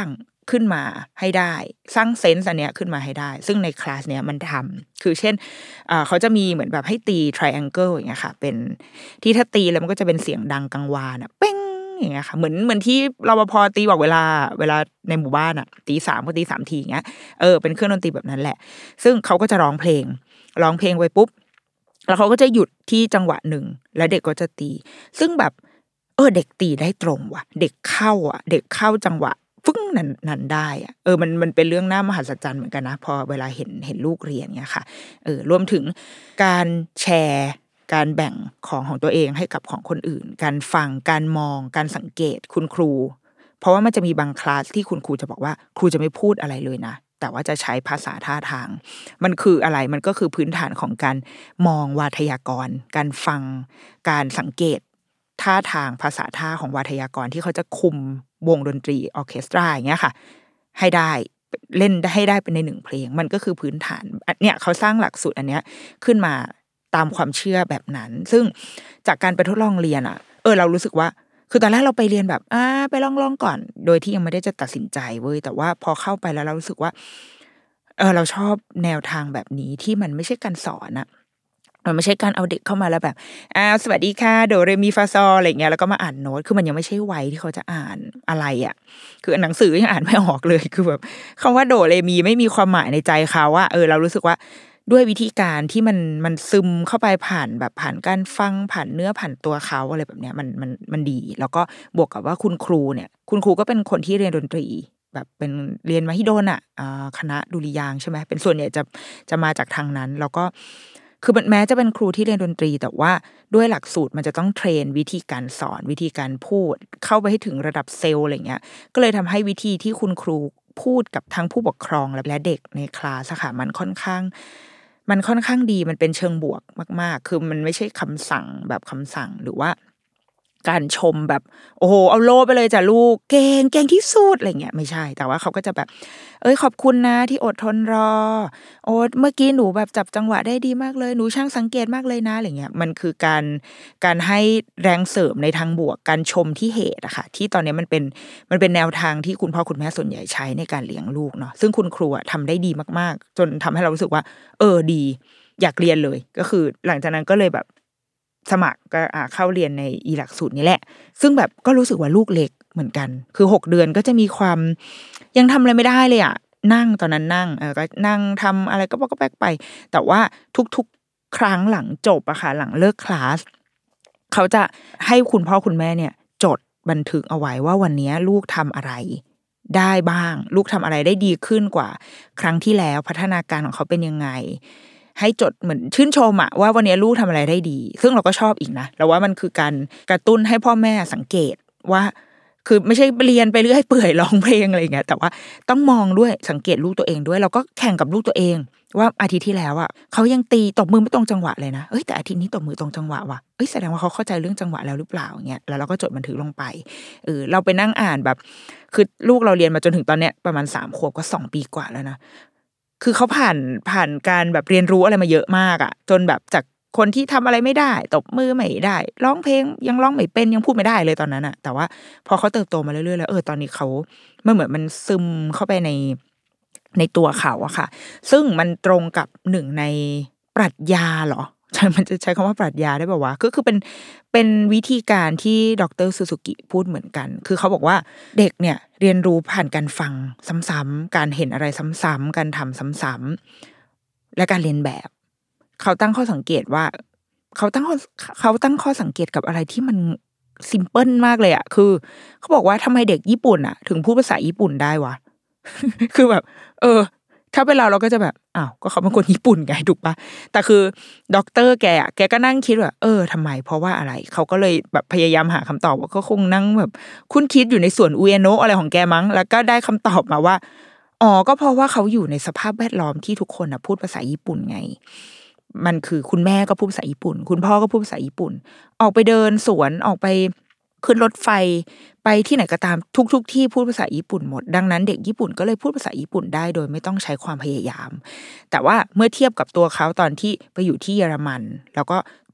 ขึ้นมาให้ได้สร้างเซนส์อันเนี้ยขึ้นมาให้ได้ซึ่งในคลาสเนี้ยมันทำคือเช่นเขาจะมีเหมือนแบบให้ตี triangle อย่างเงี้ยค่ะเป็นที่ถ้าตีแล้วมันก็จะเป็นเสียงดังกังวานอ่ะเป้งอย่างเงี้ยค่ะเหมือนเหมือนที่รปภตีบอกเวลาเวลาในหมู่บ้านอ่ะตีสามก็ตีสามทีอย่างเงี้ยเออเป็นเครื่องดนตรีแบบนั้นแหละซึ่งเขาก็จะร้องเพลงร้องเพลงไปปุ๊บแล้วเขาก็จะหยุดที่จังหวะหนึ่งแล้วเด็กก็จะตีซึ่งแบบเออเด็กตีได้ตรงว่ะเด็กเข้าอ่ะเด็กเข้าจังหวะฟึ้งนั้นนั้นได้อ่ะเออมันมันเป็นเรื่องน่ามหัศจรรย์เหมือนกันนะพอเวลาเห็นเห็นลูกเรียนเงี้ยค่ะเออรวมถึงการแชร์การแบ่งของของตัวเองให้กับของคนอื่นการฟังการมองการสังเกตคุณครูเพราะว่ามันจะมีบางคลาสที่คุณครูจะบอกว่าครูจะไม่พูดอะไรเลยนะแต่ว่าจะใช้ภาษาท่าทางมันคืออะไรมันก็คือพื้นฐานของการมองวาทยากรการฟังการสังเกตท่าทางภาษาท่าของวาทยากรที่เขาจะคุมวงดนตรีออร์เคสตราอย่างเงี้ยค่ะให้ได้เล่นให้ได้เป็นในหนึ่งเพลงมันก็คือพื้นฐานเนี่ยเขาสร้างหลักสูตรอันเนี้ยขึ้นมาตามความเชื่อแบบนั้นซึ่งจากการไปทดลองเรียนอ่ะเออเรารู้สึกว่าคือตอนแรกเราไปเรียนแบบอ่าไปลองๆก่อนโดยที่ยังไม่ได้จะตัดสินใจเว้ยแต่ว่าพอเข้าไปแล้วเรารู้สึกว่าเออเราชอบแนวทางแบบนี้ที่มันไม่ใช่การสอนอะมันไม่ใช่การเอาเด็กเข้ามาแล้วแบบอ้าวสวัสดีค่ะโดเรมีฟาซออะไรเงี้ยแล้วก็มาอ่านโน้ตคือมันยังไม่ใช่วัยที่เขาจะอ่านอะไรอ่ะคือหนังสือยังอ่านไม่ออกเลยคือแบบคำว่าโดเรมีไม่มีความหมายในใจเขาว่าเออเรารู้สึกว่าด้วยวิธีการที่มันมันซึมเข้าไปผ่านแบบผ่านการฟังผ่านเนื้อผ่านตัวเขาอะไรแบบเนี้ยมันมันมันดีแล้วก็บวกกับว่าคุณครูเนี่ยคุณครูก็เป็นคนที่เรียนดนตรีแบบเป็นเรียนมหิดลอ่ะคณะดุริยางค์ใช่ไหมเป็นส่วนใหญ่จะจะมาจากทางนั้นแล้วก็คือแม้จะเป็นครูที่เรียนดนตรีแต่ว่าด้วยหลักสูตรมันจะต้องเทรนวิธีการสอนวิธีการพูดเข้าไปให้ถึงระดับเซลล์อะไรเงี้ยก็เลยทำให้วิธีที่คุณครูพูดกับทั้งผู้ปกครองและเด็กในคลาสค่ะมันค่อนข้างมันค่อนข้างดีมันเป็นเชิงบวกมากๆคือมันไม่ใช่คำสั่งแบบคำสั่งหรือว่าการชมแบบโอ้โหเอาโล่ไปเลยจ้ะลูกเก่งเก่งที่สุดอะไรเงี้ยไม่ใช่แต่ว่าเขาก็จะแบบเอ้ยขอบคุณนะที่อดทนรอโอ้เมื่อกี้หนูแบบจับจังหวะได้ดีมากเลยหนูช่างสังเกตมากเลยนะอะไรเงี้ยมันคือการการให้แรงเสริมในทางบวกการชมที่เหตุอะค่ะที่ตอนนี้มันเป็นมันเป็นแนวทางที่คุณพ่อคุณแม่ส่วนใหญ่ใช้ในการเลี้ยงลูกเนาะซึ่งคุณครูทำได้ดีมากๆจนทำให้เรารู้สึกว่าเออดีอยากเรียนเลยก็คือหลังจากนั้นก็เลยแบบสมัครก็เข้าเรียนในอีหลักสูตรนี้แหละซึ่งแบบก็รู้สึกว่าลูกเล็กเหมือนกันคือหกเดือนก็จะมีความยังทำอะไรไม่ได้เลยอ่ะนั่งตอนนั้นนั่งเออก็นั่งทำอะไรก็ปก็แป๊กไปแต่ว่าทุกๆครั้งหลังจบอะค่ะหลังเลิกคลาสเขาจะให้คุณพ่อคุณแม่เนี่ยจดบันทึกเอาไว้ว่าวันนี้ลูกทำอะไรได้บ้างลูกทำอะไรได้ดีขึ้นกว่าครั้งที่แล้วพัฒนาการของเขาเป็นยังไงให้จดเหมือนชื่นชมอะว่าวันนี้ลูกทำอะไรได้ดีซึ่งเราก็ชอบอีกนะเราว่ามันคือการกระตุ้นให้พ่อแม่สังเกตว่าคือไม่ใช่เรียนไปเรื่อยเปื่อยร้องเพลงอะไรอย่างเงี้ยแต่ว่าต้องมองด้วยสังเกตลูกตัวเองด้วยเราก็แข่งกับลูกตัวเองว่าอาทิตย์ที่แล้วอ่ะเขายังตีตบมือไม่ตรงจังหวะเลยนะเอ้ยแต่อาทิตย์นี้ตบมือตรงจังหวะว่ะเอ้ยแสดงว่าเขาเข้าใจเรื่องจังหวะแล้วหรือเปล่าเงี้ยแล้วเราก็จดบันทึกลงไปเออเราไปนั่งอ่านแบบคือลูกเราเรียนมาจนถึงตอนเนี้ยประมาณสามขวบก็สองปีกว่าแล้วนะคือเขาผ่านผ่านการแบบเรียนรู้อะไรมาเยอะมากอ่ะจนแบบจากคนที่ทำอะไรไม่ได้ตบมือไม่ได้ร้องเพลงยังร้องไม่เป็นยังพูดไม่ได้เลยตอนนั้นอะแต่ว่าพอเขาเติบโตมาเรื่อยๆแล้วเออตอนนี้เขามันเหมือนมันซึมเข้าไปในในตัวเขาอะค่ะซึ่งมันตรงกับหนึ่งในปรัชญาเหรอมันจะใช้คำว่าปรัชญาได้ป่าววะก็คือเป็นเป็นวิธีการที่ดร.ซูซูกิพูดเหมือนกันคือเขาบอกว่าเด็กเนี่ยเรียนรู้ผ่านการฟังซ้ำๆการเห็นอะไรซ้ำๆการทำซ้ำๆและการเรียนแบบเขาตั้งข้อสังเกตว่าเขาตั้งเขาตั้งข้อสังเกตกับอะไรที่มันซิมเพิลมากเลยอะคือเขาบอกว่าทำไมเด็กญี่ปุ่นอะถึงพูดภาษาญี่ปุ่นได้วะ คือแบบเออถ้าเป็นเราเราก็จะแบบอ้าวก็เขาเป็นคนญี่ปุ่นไงถูกปะแต่คือด็อกเตอร์แกอะแกก็นั่งคิดว่าเออทำไมเพราะว่าอะไรเขาก็เลยแบบพยายามหาคำตอบว่าก็คงนั่งแบบคุ้นคิดอยู่ในสวนอุเอโนะอะไรของแกมั้งแล้วก็ได้คำตอบมาว่าอ๋อก็เพราะว่าเขาอยู่ในสภาพแวดล้อมที่ทุกคนอะพูดภาษาญี่ปุ่นไงมันคือคุณแม่ก็พูดภาษาญี่ปุ่นคุณพ่อก็พูดภาษาญี่ปุ่นออกไปเดินสวนออกไปขึ้นรถไฟไปที่ไหนก็ตามทุกๆที่พูดภาษาญี่ปุ่นหมดดังนั้นเด็กญี่ปุ่นก็เลยพูดภาษาญี่ปุ่นได้โดยไม่ต้องใช้ความพยายามแต่ว่าเมื่อเทียบกับตัวเขาตอนที่ไปอยู่ที่เยอรมันแล้วก็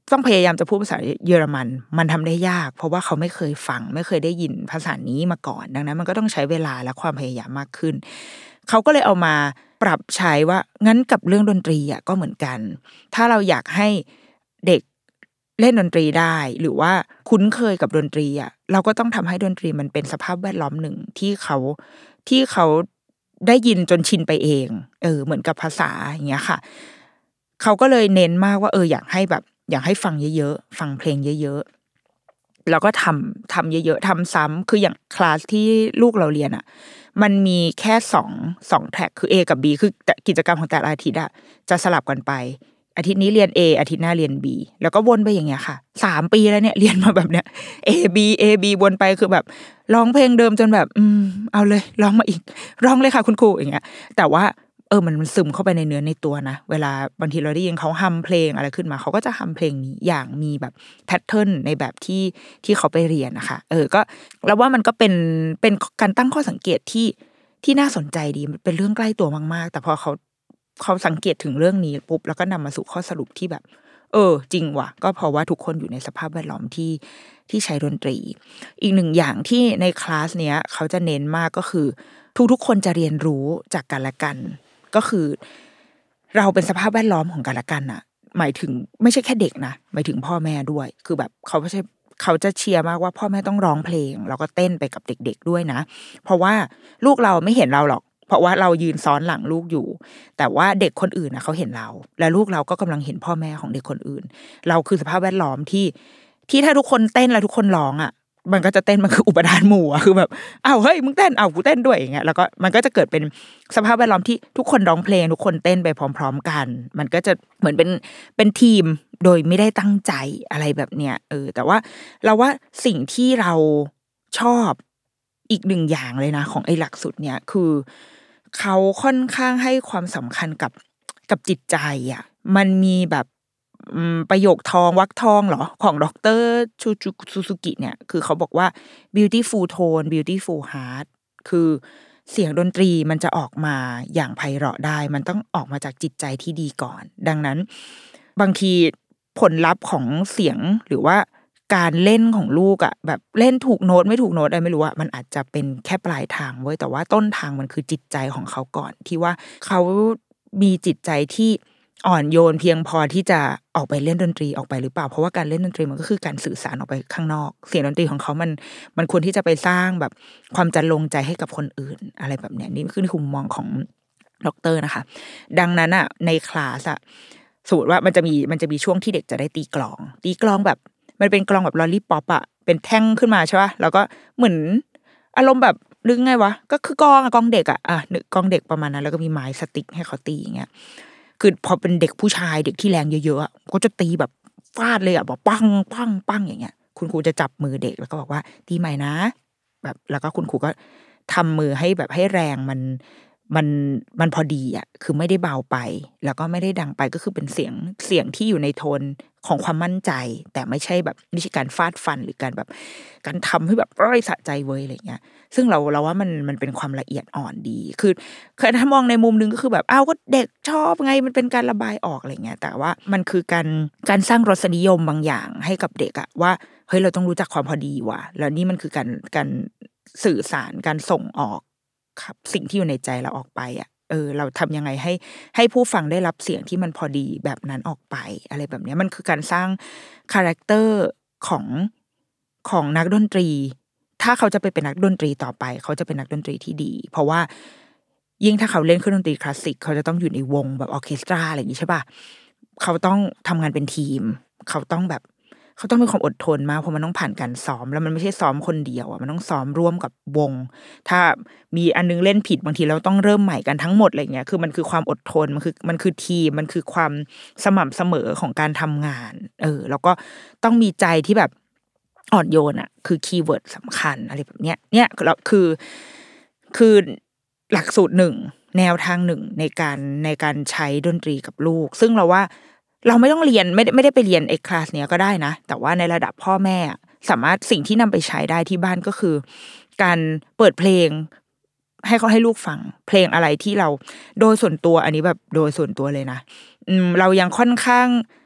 ต้องพยายามจะพูดภาษาเยอรมันมันทำได้ยากเพราะว่าเขาไม่เคยฟังไม่เคยได้ยินภาษานี้มาก่อนดังนั้นมันก็ต้องใช้เวลาและความพยายามมากขึ้นเขาก็เลยเอามาปรับใช้ว่างั้นกับเรื่องดนตรีอ่ะก็เหมือนกันถ้าเราอยากให้เด็กเล่นดนตรีได้หรือว่าคุ้นเคยกับดนตรีอ่ะเราก็ต้องทำให้ดนตรีมันเป็นสภาพแวดล้อมหนึ่งที่เขาที่เขาได้ยินจนชินไปเองเออเหมือนกับภาษาอย่างเงี้ยค่ะเขาก็เลยเน้นมากว่าเอออยากให้แบบอยากให้ฟังเยอะๆฟังเพลงเยอะๆแล้วก็ทำทำเยอะๆทำซ้ำคืออย่างคลาสที่ลูกเราเรียนอ่ะมันมีแค่สองสองแทร็กคือ A กับ B คือกิจกรรมของแต่ละอาทิตย์อ่ะจะสลับกันไปอาทิตย์นี้เรียน A อาทิตย์หน้าเรียน B แล้วก็วนไปอย่างเงี้ยค่ะสามปีแล้วเนี่ยเรียนมาแบบเนี้ย A B A B วนไปคือแบบร้องเพลงเดิมจนแบบอืมเอาเลยร้องมาอีกร้องเลยค่ะคุณครูอย่างเงี้ยแต่ว่าเออมันมันซึมเข้าไปในเนื้อในตัวนะเวลาบางทีเราได้ยินเขาฮัมเพลงอะไรขึ้นมาเขาก็จะฮัมเพลงนี้อย่างมีแบบแพทเทิร์นในแบบที่ที่เขาไปเรียนนะคะเออก็แล้วว่ามันก็เป็นเป็นการตั้งข้อสังเกตที่ที่น่าสนใจดีมันเป็นเรื่องใกล้ตัวมากๆแต่พอเขาเขาสังเกตถึงเรื่องนี้ปุ๊บแล้วก็นำมาสู่ข้อสรุปที่แบบเออจริงว่ะก็เพราะว่าทุกคนอยู่ในสภาพแวดล้อมที่ที่ใช้ดนตรีอีกหนึ่งอย่างที่ในคลาสเนี้ยเขาจะเน้นมากก็คือทุกๆคนจะเรียนรู้จากกันและกันก็คือเราเป็นสภาพแวดล้อมของกันและกันน่ะหมายถึงไม่ใช่แค่เด็กนะหมายถึงพ่อแม่ด้วยคือแบบเขาไม่ใช่เขาจะเชียร์มากว่าพ่อแม่ต้องร้องเพลงแล้วก็เต้นไปกับเด็กๆด้วยนะเพราะว่าลูกเราไม่เห็นเราหรอกเพราะว่าเรายืนซ้อนหลังลูกอยู่แต่ว่าเด็กคนอื่นนะเขาเห็นเราและลูกเราก็กำลังเห็นพ่อแม่ของเด็กคนอื่นเราคือสภาพแวดล้อมที่ที่ถ้าทุกคนเต้นแล้วทุกคนร้องอ่ะมันก็จะเต้นมันคืออุปทานหมู่อ่ะคือแบบอ้าวเฮ้ยมึงเต้นอ้าวกูเต้นด้วยอย่างเงี้ยแล้วก็มันก็จะเกิดเป็นสภาพแวดล้อมที่ทุกคนร้องเพลงทุกคนเต้นไปพร้อมๆกันมันก็จะเหมือนเป็นเป็นทีมโดยไม่ได้ตั้งใจอะไรแบบเนี้ยเออแต่ว่าเราว่าสิ่งที่เราชอบอีกหนึ่งอย่างเลยนะของไอ้หลักสูตรเนี้ยคือเขาค่อนข้างให้ความสำคัญกับกับจิตใจอ่ะมันมีแบบประโยคทองวรรคทองเหรอของดร.ชูจูซูซูกิเนี่ยคือเขาบอกว่า beautiful tone beautiful heart คือเสียงดนตรีมันจะออกมาอย่างไพเราะได้มันต้องออกมาจากจิตใจที่ดีก่อนดังนั้นบางทีผลลัพธ์ของเสียงหรือว่าการเล่นของลูกอ่ะแบบเล่นถูกโน้ตไม่ถูกโน้ตอะไรไม่รู้อ่ะมันอาจจะเป็นแค่ปลายทางเว้ยแต่ว่าต้นทางมันคือจิตใจของเขาก่อนที่ว่าเขามีจิตใจที่อ่อนโยนเพียงพอที่จะออกไปเล่นดนตรีออกไปหรือเปล่าเพราะว่าการเล่นดนตรีมันก็คือการสื่อสารออกไปข้างนอกเสียงดนตรีของเขามันมันควรที่จะไปสร้างแบบความจันลงใจให้กับคนอื่นอะไรแบบเนี้ยนี่คือในมุมมองของดร.นะคะดังนั้นอ่ะในคลาสอ่ะสมมติว่ามันจะมีมันจะมีช่วงที่เด็กจะได้ตีกลองตีกลองแบบมันเป็นกลองแบบลอลลี่ป๊อปอ่ะเป็นแท่งขึ้นมาใช่ป่ะแล้วก็เหมือนอารมณ์แบบนึกไงวะก็คือกลองอะกลองเด็กอ่ะอ่ะนึกกลองเด็กประมาณนั้นแล้วก็มีไม้สติ๊กให้เขาตีอย่างเงี้ยคือพอเป็นเด็กผู้ชายเด็กที่แรงเยอะๆก็จะตีแบบฟาดเลยอ่ะบอกปังปังปังอย่างเงี้ยคุณครูจะจับมือเด็กแล้วก็บอกว่าตีใหม่นะแบบแล้วก็คุณครูก็ทำมือให้แบบให้แรงมันมันมันพอดีอ่ะคือไม่ได้เบาไปแล้วก็ไม่ได้ดังไปก็คือเป็นเสียงเสียงที่อยู่ในโทนของความมั่นใจแต่ไม่ใช่แบบไม่ใช่การฟาดฟันหรือการแบบการทำให้แบบร้อยสะใจเว้ยอะไรเงี้ยซึ่งเราเราว่ามันมันเป็นความละเอียดอ่อนดีคือคือถ้ามองในมุมนึงก็คือแบบอ้าวก็เด็กชอบไงมันเป็นการระบายออกอะไรเงี้ยแต่ว่ามันคือการการสร้างรสนิยมบางอย่างให้กับเด็กอะว่าเฮ้ยเราต้องรู้จักความพอดีว่ะแล้วนี่มันคือการการสื่อสารการส่งออกครับสิ่งที่อยู่ในใจเราออกไปอ่ะเออเราทำยังไงให้ให้ผู้ฟังได้รับเสียงที่มันพอดีแบบนั้นออกไปอะไรแบบนี้มันคือการสร้างคาแรคเตอร์ของของนักดนตรีถ้าเขาจะไปเป็นนักดนตรีต่อไปเขาจะเป็นนักดนตรีที่ดีเพราะว่ายิ่งถ้าเขาเล่นเครื่องดนตรีคลาสสิกเขาจะต้องอยู่ในวงแบบออร์เคสตราอะไรอย่างนี้ใช่ป่ะเขาต้องทำงานเป็นทีมเขาต้องแบบเขาต้องมีความอดทนมากเพราะมันต้องผ่านการซ้อมแล้วมันไม่ใช่ซ้อมคนเดียวอ่ะมันต้องซ้อมร่วมกับวงถ้ามีอันนึงเล่นผิดบางทีเราต้องเริ่มใหม่กันทั้งหมดอะไรเงี้ยคือมันคือความอดทนมันคือมันคือทีมมันคือความสม่ำเสมอของการทำงานเออแล้วก็ต้องมีใจที่แบบอ่อนโยนอ่ะคือคีย์เวิร์ดสำคัญอะไรแบบเนี้ยเนี่ยเราคือคือหลักสูตรหนึ่งแนวทางหนึ่งในการในการใช้ดนตรีกับลูกซึ่งเราว่าเราไม่ต้องเรียนไม่ได้ไม่ได้ไปเรียนไอ้คลาสเนี้ยก็ได้นะแต่ว่าในระดับพ่อแม่สามารถสิ่งที่นำไปใช้ได้ที่บ้านก็คือการเปิดเพลงให้เขาให้ลูกฟังเพลงอะไรที่เราโดยส่วนตัวอันนี้แบบโดยส่วนตัวเลยนะอืมเรายังค่อนข้าง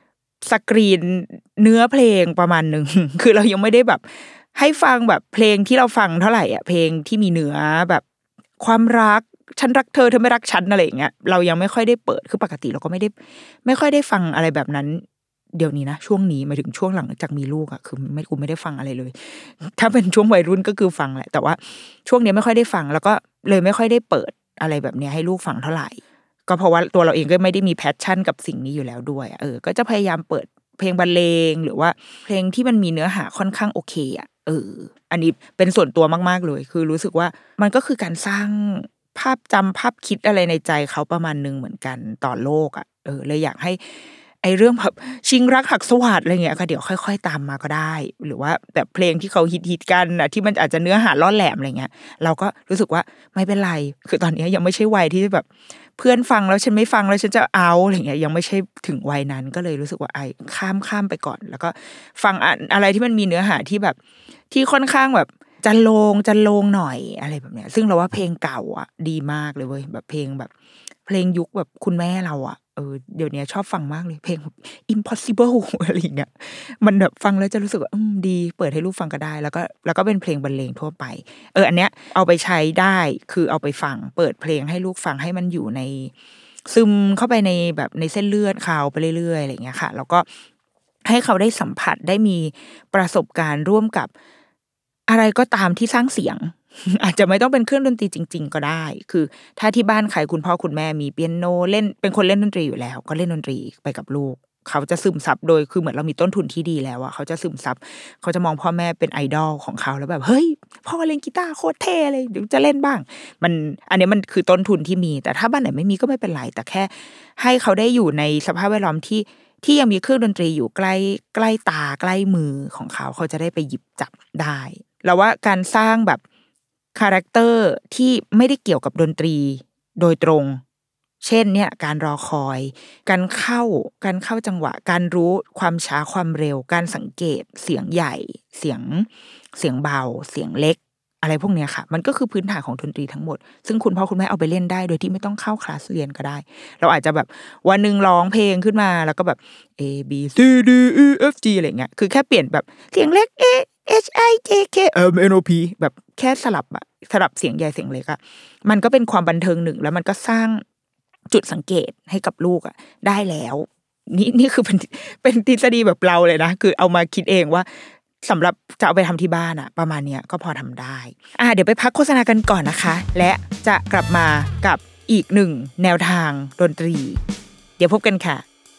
สกรีนเนื้อเพลงประมาณนึง คือเรายังไม่ได้แบบให้ฟังแบบเพลงที่เราฟังเท่าไหร่อ่ะเพลงที่มีเนื้อแบบความรักฉันรักเธอเธอไม่รักฉันอะไรอย่างเงี้ยเรายังไม่ค่อยได้เปิดคือปกติเราก็ไม่ได้ไม่ค่อยได้ฟังอะไรแบบนั้นเดี๋ยวนี้นะช่วงนี้หมายถึงช่วงหลังจากมีลูกอ่ะคือไม่กูไม่ได้ฟังอะไรเลยถ้าเป็นช่วงวัยรุ่นก็คือฟังแหละแต่ว่าช่วงนี้ไม่ค่อยได้ฟังแล้วก็เลยไม่ค่อยได้เปิดอะไรแบบนี้ให้ลูกฟังเท่าไหร่ก็เพราะว่าตัวเราเองก็ไม่ได้มีแพชชั่นกับสิ่งนี้อยู่แล้วด้วยเออก็จะพยายามเปิดเพลงบรรเลงหรือว่าเพลงที่มันมีเนื้อหาค่อนข้างโอเคอ่ะเอออันนี้เป็นส่วนตัวมากๆเลยคือรู้สึกว่ามันก็คือการสร้างภาพจำภาพคิดอะไรในใจเขาประมาณนึงเหมือนกันต่อโลกอ่ะเออเลยอยากให้ไอเรื่องแบบชิงรักหักสวัสดอะไรเงี้ยก็เดี๋ยวค่อยๆตามมาก็ได้หรือว่าแบบเพลงที่เขาฮิตๆกันอ่ะที่มันอาจจะเนื้อหาล่อแหลมอะไรเงี้ยเราก็รู้สึกว่าไม่เป็นไรคือตอนนี้ยังไม่ใช่วัยที่แบบเพื่อนฟังแล้วฉันไม่ฟังแล้วฉันจะเอาอะไรเงี้ยยังไม่ใช่ถึงวัยนั้นก็เลยรู้สึกว่าไอ้ข้ามข้ามไปก่อนแล้วก็ฟังอะไรที่มันมีเนื้อหาที่แบบที่ค่อนข้างแบบจะโลงจะโลงหน่อยอะไรแบบเนี้ยซึ่งเราว่าเพลงเก่าอ่ะดีมากเลยเว้ยแบบเพลงแบบเพลงยุคแบบคุณแม่เราอ่ะเออเดี๋ยวนี้ชอบฟังมากเลยเพลง impossible อะไรอย่างเงี้ยมันแบบฟังแล้วจะรู้สึกว่าอืมดีเปิดให้ลูกฟังก็ได้แล้วก็แล้วก็เป็นเพลงบรรเลงทั่วไปเอออันเนี้ยเอาไปใช้ได้คือเอาไปฟังเปิดเพลงให้ลูกฟังให้มันอยู่ในซึมเข้าไปในแบบในเส้นเลือดเขาไปเรื่อยๆอะไรอย่างเงี้ยค่ะแล้วก็ให้เขาได้สัมผัสได้มีประสบการณ์ร่วมกับอะไรก็ตามที่สร้างเสียง อาจจะไม่ต้องเป็นเครื่องดนตรีจริงๆก็ได้คือถ้าที่บ้านใครคุณพ่อคุณแม่มีเปียโนเล่นเป็นคนเล่นดนตรีอยู่แล้วก็เล่นดนตรีไปกับลูกเขาจะซึมซับโดยคือเหมือนเรามีต้นทุนที่ดีแล้วอะเขาจะซึมซับเขาจะมองพ่อแม่เป็นไอดอลของเขาแล้วแบบเฮ้ยพ่อเล่นกีตาร์โคตรเท่เลยเดี๋ยวจะเล่นบ้างมันอันนี้มันคือต้นทุนที่มีแต่ถ้าบ้านไหนไม่มีก็ไม่เป็นไรแต่แค่ให้เขาได้อยู่ในสภาพแวดล้อมที่ที่ยังมีเครื่องดนตรีอยู่ใกล้ใกล้ตาใกล้มือของเขาเขาจะได้ไปหยิบจับได้แล้วว่าการสร้างแบบคาแรคเตอร์ที่ไม่ได้เกี่ยวกับดนตรีโดยตรงเช่นเนี่ยการรอคอยการเข้าการเข้าจังหวะการรู้ความช้าความเร็วการสังเกตเสียงใหญ่เสียงเสียงเบาเสียงเล็กอะไรพวกเนี้ยค่ะมันก็คือพื้นฐานของดนตรีทั้งหมดซึ่งคุณพ่อคุณแม่เอาไปเล่นได้โดยที่ไม่ต้องเข้าคลาสเรียนก็ได้เราอาจจะแบบวันนึงร้องเพลงขึ้นมาแล้วก็แบบ A B C D E F G อะไรเงี้ยคือแค่เปลี่ยนแบบเสียงเล็ก A H I J K M N O P แบบแค่สลับอะสลับเสียงใหญ่เสียงเล็กอะมันก็เป็นความบันเทิงหนึ่งแล้วมันก็สร้างจุดสังเกตให้กับลูกอะได้แล้วนี่นี่คือเป็นเป็นทฤษฎีแบบเราเลยนะคือเอามาคิดเองว่าสำหรับจะเอาไปทำที่บ้านอะประมาณเนี้ยก็พอทำได้อ่ะเดี๋ยวไปพักโฆษณากันก่อนนะคะและจะกลับมากับอีกหนึ่งแนวทางดนตรีเดี๋ยวพบกันค่ะ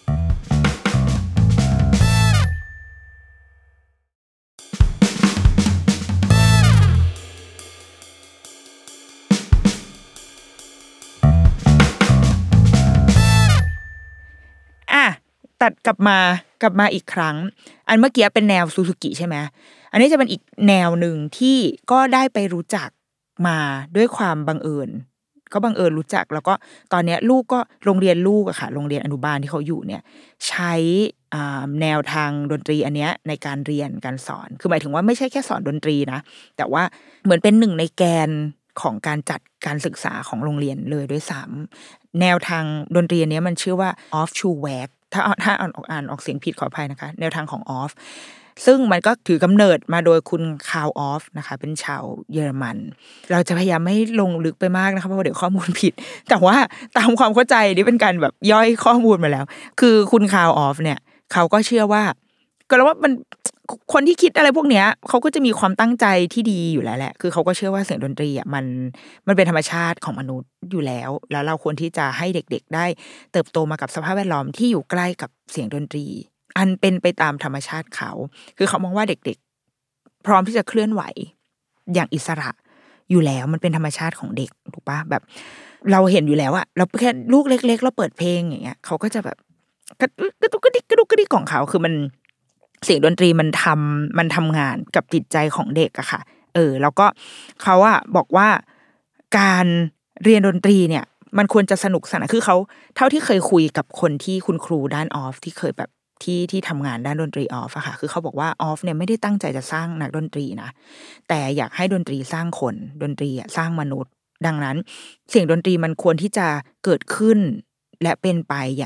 ตัดกลับมากลับมาอีกครั้งอันเมื่อกี้เป็นแนวซูซูกิใช่ไหมอันนี้จะเป็นอีกแนวหนึ่งที่ก็ได้ไปรู้จักมาด้วยความบังเอิญก็บังเอิญรู้จักแล้วก็ตอนนี้ลูกก็โรงเรียนลูกอะค่ะโรงเรียนอนุบาลที่เขาอยู่เนี่ยใช้แนวทางดนตรีอันเนี้ยในการเรียนการสอนคือหมายถึงว่าไม่ใช่แค่สอนดนตรีนะแต่ว่าเหมือนเป็นหนึ่งในแกนของการจัดการศึกษาของโรงเรียนเลยด้วยซ้ำแนวทางดนตรีอันนี้มันชื่อว่า Off Schulwerkถ้าถ้าอ่านออกอ่านออกเสียงผิดขออภัยนะคะแนวทางของออฟซึ่งมันก็ถือกำเนิดมาโดยคุณคาร์ลออฟนะคะเป็นชาวเยอรมันเราจะพยายามไม่ลงลึกไปมากนะคะเพราะว่าเดี๋ยวข้อมูลผิดแต่ว่าตามความเข้าใจนี่เป็นการแบบย่อยข้อมูลมาแล้วคือคุณคาร์ลออฟเนี่ยเขาก็เชื่อว่าก็แล้วว่ามันคนที่คิดอะไรพวกเนี้ยเขาก็จะมีความตั้งใจที่ดีอยู่แล้วแหละคือเขาก็เชื่อว่าเสียงดนตรีอ่ะมันมันเป็นธรรมชาติของมนุษย์อยู่แล้วแล้วเราควรที่จะให้เด็กๆได้เติบโตมากับสภาพแวดล้อมที่อยู่ใกล้กับเสียงดนตรีอันเป็นไปตามธรรมชาติเขาคือเขามองว่าเด็กๆพร้อมที่จะเคลื่อนไหวอย่างอิสระอยู่แล้วมันเป็นธรรมชาติของเด็กถูกปะแบบเราเห็นอยู่แล้วอะเราแค่ลูกเล็กๆเราเปิดเพลงอย่างเงี้ยเขาก็จะแบบกระตุกกระดิกกระดุกกระดิกของเขาคือมันเสียงดนตรีมันทำมันทำงานกับจิตใจของเด็กอะค่ะเออแล้วก็เขาอะบอกว่าการเรียนดนตรีเนี่ยมันควรจะสนุกสนานคือเขาเท่าที่เคยคุยกับคนที่คุณครูด้านออฟที่เคยแบบที่ที่ทำงานด้านดนตรีออฟอะค่ะคือเขาบอกว่าออฟเนี่ยไม่ได้ตั้งใจจะสร้างนักดนตรีนะแต่อยากให้ดนตรีสร้างคนดนตรีอะสร้างมนุษย์ดังนั้นเสียงดนตรีมันควรที่จะเกิดขึ้นและเป็นไปอย่าง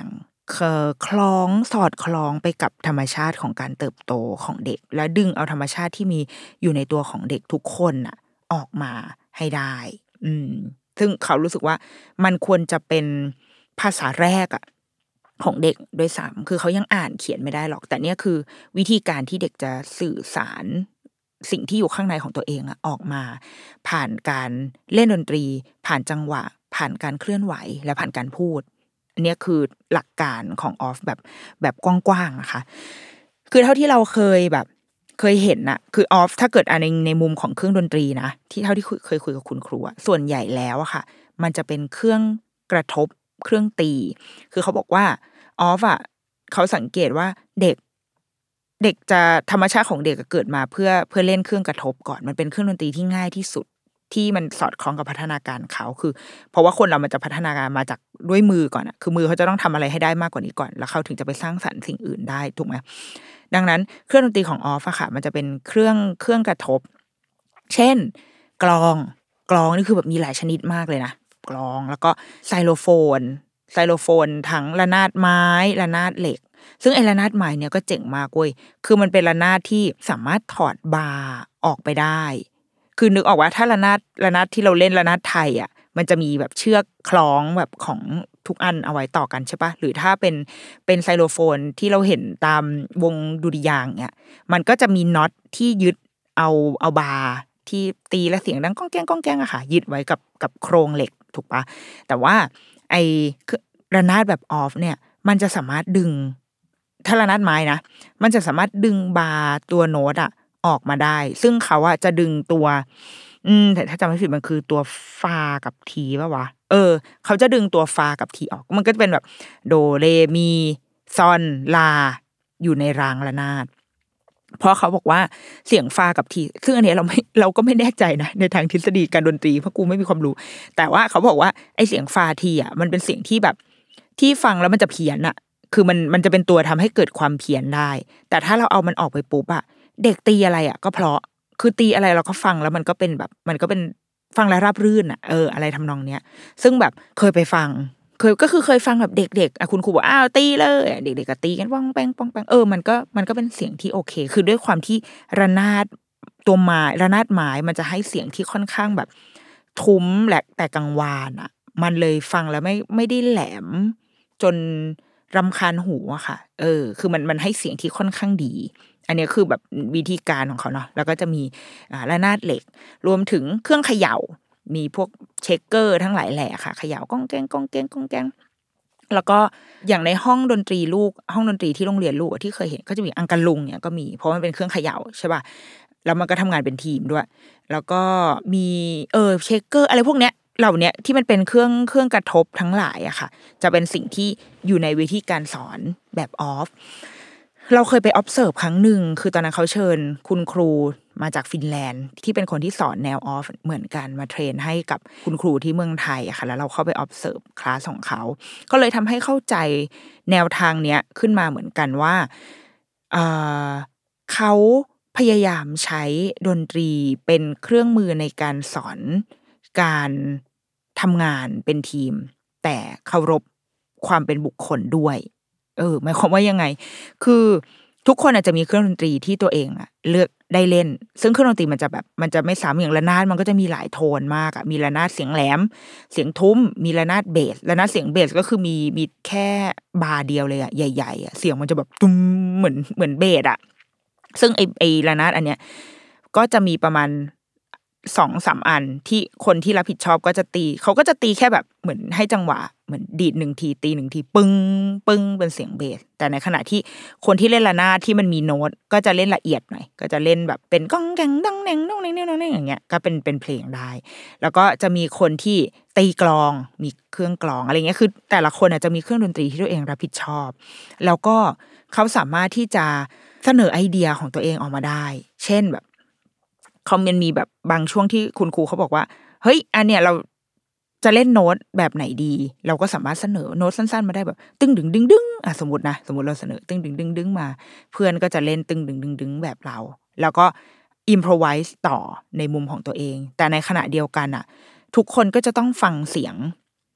คล้องสอดคล้องไปกับธรรมชาติของการเติบโตของเด็กและดึงเอาธรรมชาติที่มีอยู่ในตัวของเด็กทุกคนน่ะออกมาให้ได้อืมซึ่งเขารู้สึกว่ามันควรจะเป็นภาษาแรกอ่ะของเด็กโดยซ้ำคือเขายังอ่านเขียนไม่ได้หรอกแต่เนี่ยคือวิธีการที่เด็กจะสื่อสารสิ่งที่อยู่ข้างในของตัวเองอะออกมาผ่านการเล่นดนตรีผ่านจังหวะผ่านการเคลื่อนไหวและผ่านการพูดอันนี้คือหลักการของออฟแบบแบบกว้างๆนะคะคือเท่าที่เราเคยแบบเคยเห็นน่ะคือออฟถ้าเกิดในในมุมของเครื่องดนตรีนะที่เท่าที่เคยคุยกับคุณครูส่วนใหญ่แล้วอะค่ะมันจะเป็นเครื่องกระทบเครื่องตีคือเขาบอกว่าออฟอะเขาสังเกตว่าเด็กเด็กจะธรรมชาติของเด็กเกิดมาเพื่อเพื่อเล่นเครื่องกระทบก่อนมันเป็นเครื่องดนตรีที่ง่ายที่สุดที่มันสอดคล้องกับพัฒนาการเขาคือเพราะว่าคนเรามันจะพัฒนาการมาจากด้วยมือก่อนอะคือมือเขาจะต้องทำอะไรให้ได้มากกว่านี้ก่อนแล้วเขาถึงจะไปสร้างสรรค์สิ่งอื่นได้ถูกไหมดังนั้นเครื่องดนตรีของออฟอะค่ะมันจะเป็นเครื่องเครื่องกระทบเช่นกลองกลองนี่คือแบบมีหลายชนิดมากเลยนะกลองแล้วก็ไซโลโฟนไซโลโฟนทั้งระนาดไม้ระนาดเหล็กซึ่งไอ้ระนาดไม้เนี่ยก็เจ๋งมากเว้ยคือมันเป็นระนาดที่สามารถถอดบาร์ออกไปได้คือนึกออกว่าถ้าระนาดระนาดที่เราเล่นระนาดไทยอ่ะมันจะมีแบบเชือกคล้องแบบของทุกอันเอาไว้ต่อกันใช่ปะหรือถ้าเป็นเป็นไซโลโฟนที่เราเห็นตามวงดุริยางค์เนี่ยมันก็จะมีน็อตที่ยึดเอาเอาบาร์ที่ตีและเสียงดังก้องแก้งก้องแก้งอะค่ะยึดไว้กับกับโครงเหล็กถูกปะแต่ว่าไอ้ระนาดแบบออฟเนี่ยมันจะสามารถดึงถ้าระนาดไม้นะมันจะสามารถดึงบาร์ตัวโน้ตอะออกมาได้ซึ่งเขาอะจะดึงตัวอืมแต่ถ้าจำไม่ผิดมันคือตัวฟากับทีป่ะวะเออเขาจะดึงตัวฟากับทีออกมันก็จะเป็นแบบโดเรมีซอนลาอยู่ในรางระนาดเพราะเขาบอกว่าเสียงฟากับทีซึ่งอันนี้เราไม่เราก็ไม่แน่ใจนะในทางทฤษฎีการดนตรีเพราะกูไม่มีความรู้แต่ว่าเขาบอกว่าไอเสียงฟาทีอ่ะมันเป็นเสียงที่แบบที่ฟังแล้วมันจะเพี้ยนอ่ะคือมันมันจะเป็นตัวทำให้เกิดความเพี้ยนได้แต่ถ้าเราเอามันออกไปปุ๊บอ่ะเด็กตีอะไรอ่ะก็เพราะคือตีอะไรเราก็ฟังแล้วมันก็เป็นแบบมันก็เป็นฟังแล้วราบรื่นอ่ะเอออะไรทำนองเนี้ยซึ่งแบบเคยไปฟังเคยก็คือเคยฟังแบบเด็กๆอ่ะคุณครูบอกอ้าวตีเลยเด็กๆก็ตีกันป้องแป้งป้องแป้งเออมันก็มันก็เป็นเสียงที่โอเคคือด้วยความที่ระนาดตัวไม้ระนาดไม้มันจะให้เสียงที่ค่อนข้างแบบทุ้มแหลกแต่กังวานอ่ะมันเลยฟังแล้วไม่ไม่ได้แหลมจนรำคาญหูอะค่ะเออคือมันมันให้เสียงที่ค่อนข้างดีอันนี้คือแบบวิธีการของเขาเนาะแล้วก็จะมีอ่าระนาดเหล็กรวมถึงเครื่องเขย่ามีพวกเชคเกอร์ทั้งหลายแหล่ค่ะเขย่าก้องแก้งก้องแก้งก้องแก้งแล้วก็อย่างในห้องดนตรีลูกห้องดนตรีที่โรงเรียนลูกที่เคยเห็นก็จะมีอังกะลุงเนี่ยก็มีเพราะมันเป็นเครื่องเขย่าใช่ป่ะแล้วมันก็ทำงานเป็นทีมด้วยแล้วก็มีเออเชคเกอร์อะไรพวกเนี้ยเหล่านี้ที่มันเป็นเครื่องเครื่องกระทบทั้งหลายอะค่ะจะเป็นสิ่งที่อยู่ในวิธีการสอนแบบออฟเราเคยไป observe ครั้งหนึ่งคือตอนนั้นเขาเชิญคุณครูมาจากฟินแลนด์ที่เป็นคนที่สอนแนวออฟเหมือนกันมาเทรนให้กับคุณครูที่เมืองไทยอะค่ะแล้วเราเข้าไป observe คลาสของเขาก็เลยทำให้เข้าใจแนวทางเนี้ยขึ้นมาเหมือนกันว่าเอ่อเขาพยายามใช้ดนตรีเป็นเครื่องมือในการสอนการทำงานเป็นทีมแต่เคารพความเป็นบุคคลด้วยเออหมายความว่ายังไงคือทุกคนอาจจะมีเครื่องดนตรีที่ตัวเองอะเลือกได้เล่นซึ่งเครื่องดนตรีมันจะแบบมันจะไม่ซ้ำอย่างระนาดมันก็จะมีหลายโทนมากอะมีระนาดเสียงแหลมเสียงทุ้มมีระนาดเบสระนาดเสียงเบสก็คือมีมีแค่บาร์เดียวเลยอะใหญ่ๆอะเสียงมันจะแบบตุ้มเหมือนเหมือนเบสอะซึ่งไอไอระนาดอันเนี้ยก็จะมีประมาณสองสามอันที่คนที่รับผิดชอบก็จะตีเขาก็จะตีแค่แบบเหมือนให้จังหวะเหมือนดีดหนึ่งทีตีหนึ่งทีปึ้งปึ้งเป็นเสียงเบสแต่ในขณะที่คนที่เล่นระนาดที่มันมีโน้ตก็จะเล่นละเอียดหน่อยก็จะเล่นแบบเป็นก้องแกงดังแดงดังแดงดังแดงอย่างเงี้ยก็เป็นเป็นเพลงได้แล้วก็จะมีคนที่ตีกลองมีเครื่องกลองอะไรเงี้ยคือแต่ละคนอาจจะมีเครื่องดนตรีที่ตัวเองรับผิดชอบแล้วก็เขาสามารถที่จะเสนอไอเดียของตัวเองออกมาได้เช่นแบบคอมเมนต์มีแบบบางช่วงที่คุณครูเขาบอกว่าเฮ้ยอันเนี้ยเราจะเล่นโน้ตแบบไหนดีเราก็สามารถเสนอโน้ตสั้นๆมาได้แบบตึ้งดึงดึงดึงอ่ะสมมตินะสมมติเราเสนอตึ้งดึงดึงดึงมาเพื่อนก็จะเล่นตึ้งดึงดึงดึงแบบเราแล้วก็อิมโพรไวส์ต่อในมุมของตัวเองแต่ในขณะเดียวกันอ่ะทุกคนก็จะต้องฟังเสียง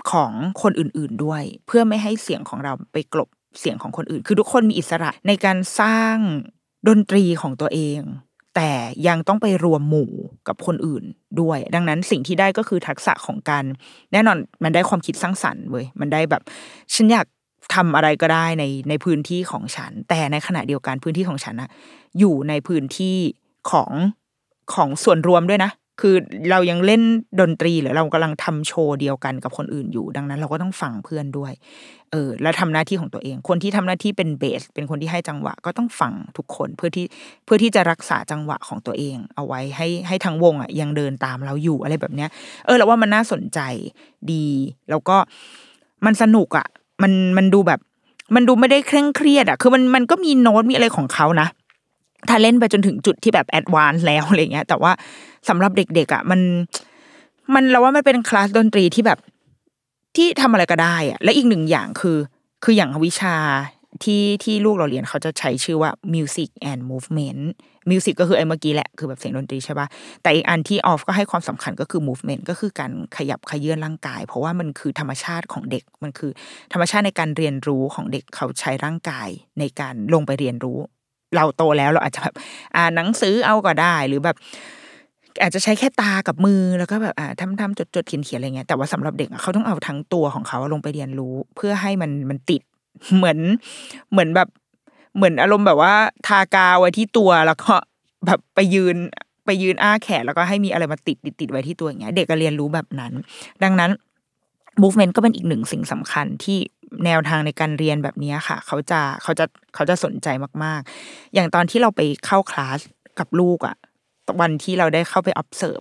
ของคนอื่นๆด้วยเพื่อไม่ให้เสียงของเราไปกลบเสียงของคนอื่นคือทุกคนมีอิสระในการสร้างดนตรีของตัวเองแต่ยังต้องไปรวมหมู่กับคนอื่นด้วยดังนั้นสิ่งที่ได้ก็คือทักษะของการแน่นอนมันได้ความคิดสร้างสรรค์เว้ยมันได้แบบฉันอยากทำอะไรก็ได้ในในพื้นที่ของฉันแต่ในขณะเดียวกันพื้นที่ของฉันนะอยู่ในพื้นที่ของของส่วนรวมด้วยนะคือเรายังเล่นดนตรีหรือเรากำลังทำโชว์เดียวกันกับคนอื่นอยู่ดังนั้นเราก็ต้องฟังเพื่อนด้วยเออแล้วทำหน้าที่ของตัวเองคนที่ทำหน้าที่เป็นเบสเป็นคนที่ให้จังหวะก็ต้องฟังทุกคนเพื่อที่เพื่อที่จะรักษาจังหวะของตัวเองเอาไว้ให้ให้ทั้งวงอ่ะยังเดินตามเราอยู่อะไรแบบเนี้ยเออเราว่ามันน่าสนใจดีแล้วก็มันสนุกอ่ะมันมันดูแบบมันดูไม่ได้เคร่งเครียดอ่ะคือมันมันก็มีโน้ตมีอะไรของเขานะถ้าเล่นไปจนถึงจุดที่แบบแอดวานซ์แล้วอะไรเงี้ยแต่ว่าสำหรับเด็กๆอ่ะมันมันเราว่ามันเป็นคลาสดนตรีที่แบบที่ทำอะไรก็ได้อ่ะและอีกหนึ่งอย่างคือคืออย่างวิชาที่ที่ลูกเราเรียนเขาจะใช้ชื่อว่า music and movement music ก็คือไอ้เมื่อกี้แหละคือแบบเสียงดนตรีใช่ป่ะแต่อีกอันที่ออฟก็ให้ความสำคัญก็คือ movement ก็คือการขยับเขยื้อนร่างกายเพราะว่ามันคือธรรมชาติของเด็กมันคือธรรมชาติในการเรียนรู้ของเด็กเขาใช้ร่างกายในการลงไปเรียนรู้เราโตแล้วเราอาจจะแบบอ่านหนังสือเอาก็ได้หรือแบบอาจจะใช้แค่ตากับมือแล้วก็แบบอ่าทำทำจดจดเขียนเขียนอะไรเงี้ยแต่ว่าสำหรับเด็กเขาต้องเอาทั้งตัวของเขาลงไปเรียนรู้เพื่อให้มันมันติดเหมือนเหมือนแบบเหมือนอารมณ์แบบว่าทากาวไว้ที่ตัวแล้วก็แบบไปยืนไปยืนอ้าแขนแล้วก็ให้มีอะไรมาติดติดติดไว้ที่ตัวอย่างเงี้ยเด็กก็เรียนรู้แบบนั้นดังนั้น movement ก็เป็นอีกหนึ่งสิ่งสำคัญที่แนวทางในการเรียนแบบนี้ค่ะเขาจะเขาจะเขาจะสนใจมากๆอย่างตอนที่เราไปเข้าคลาสกับลูกอ่ะวันที่เราได้เข้าไป observe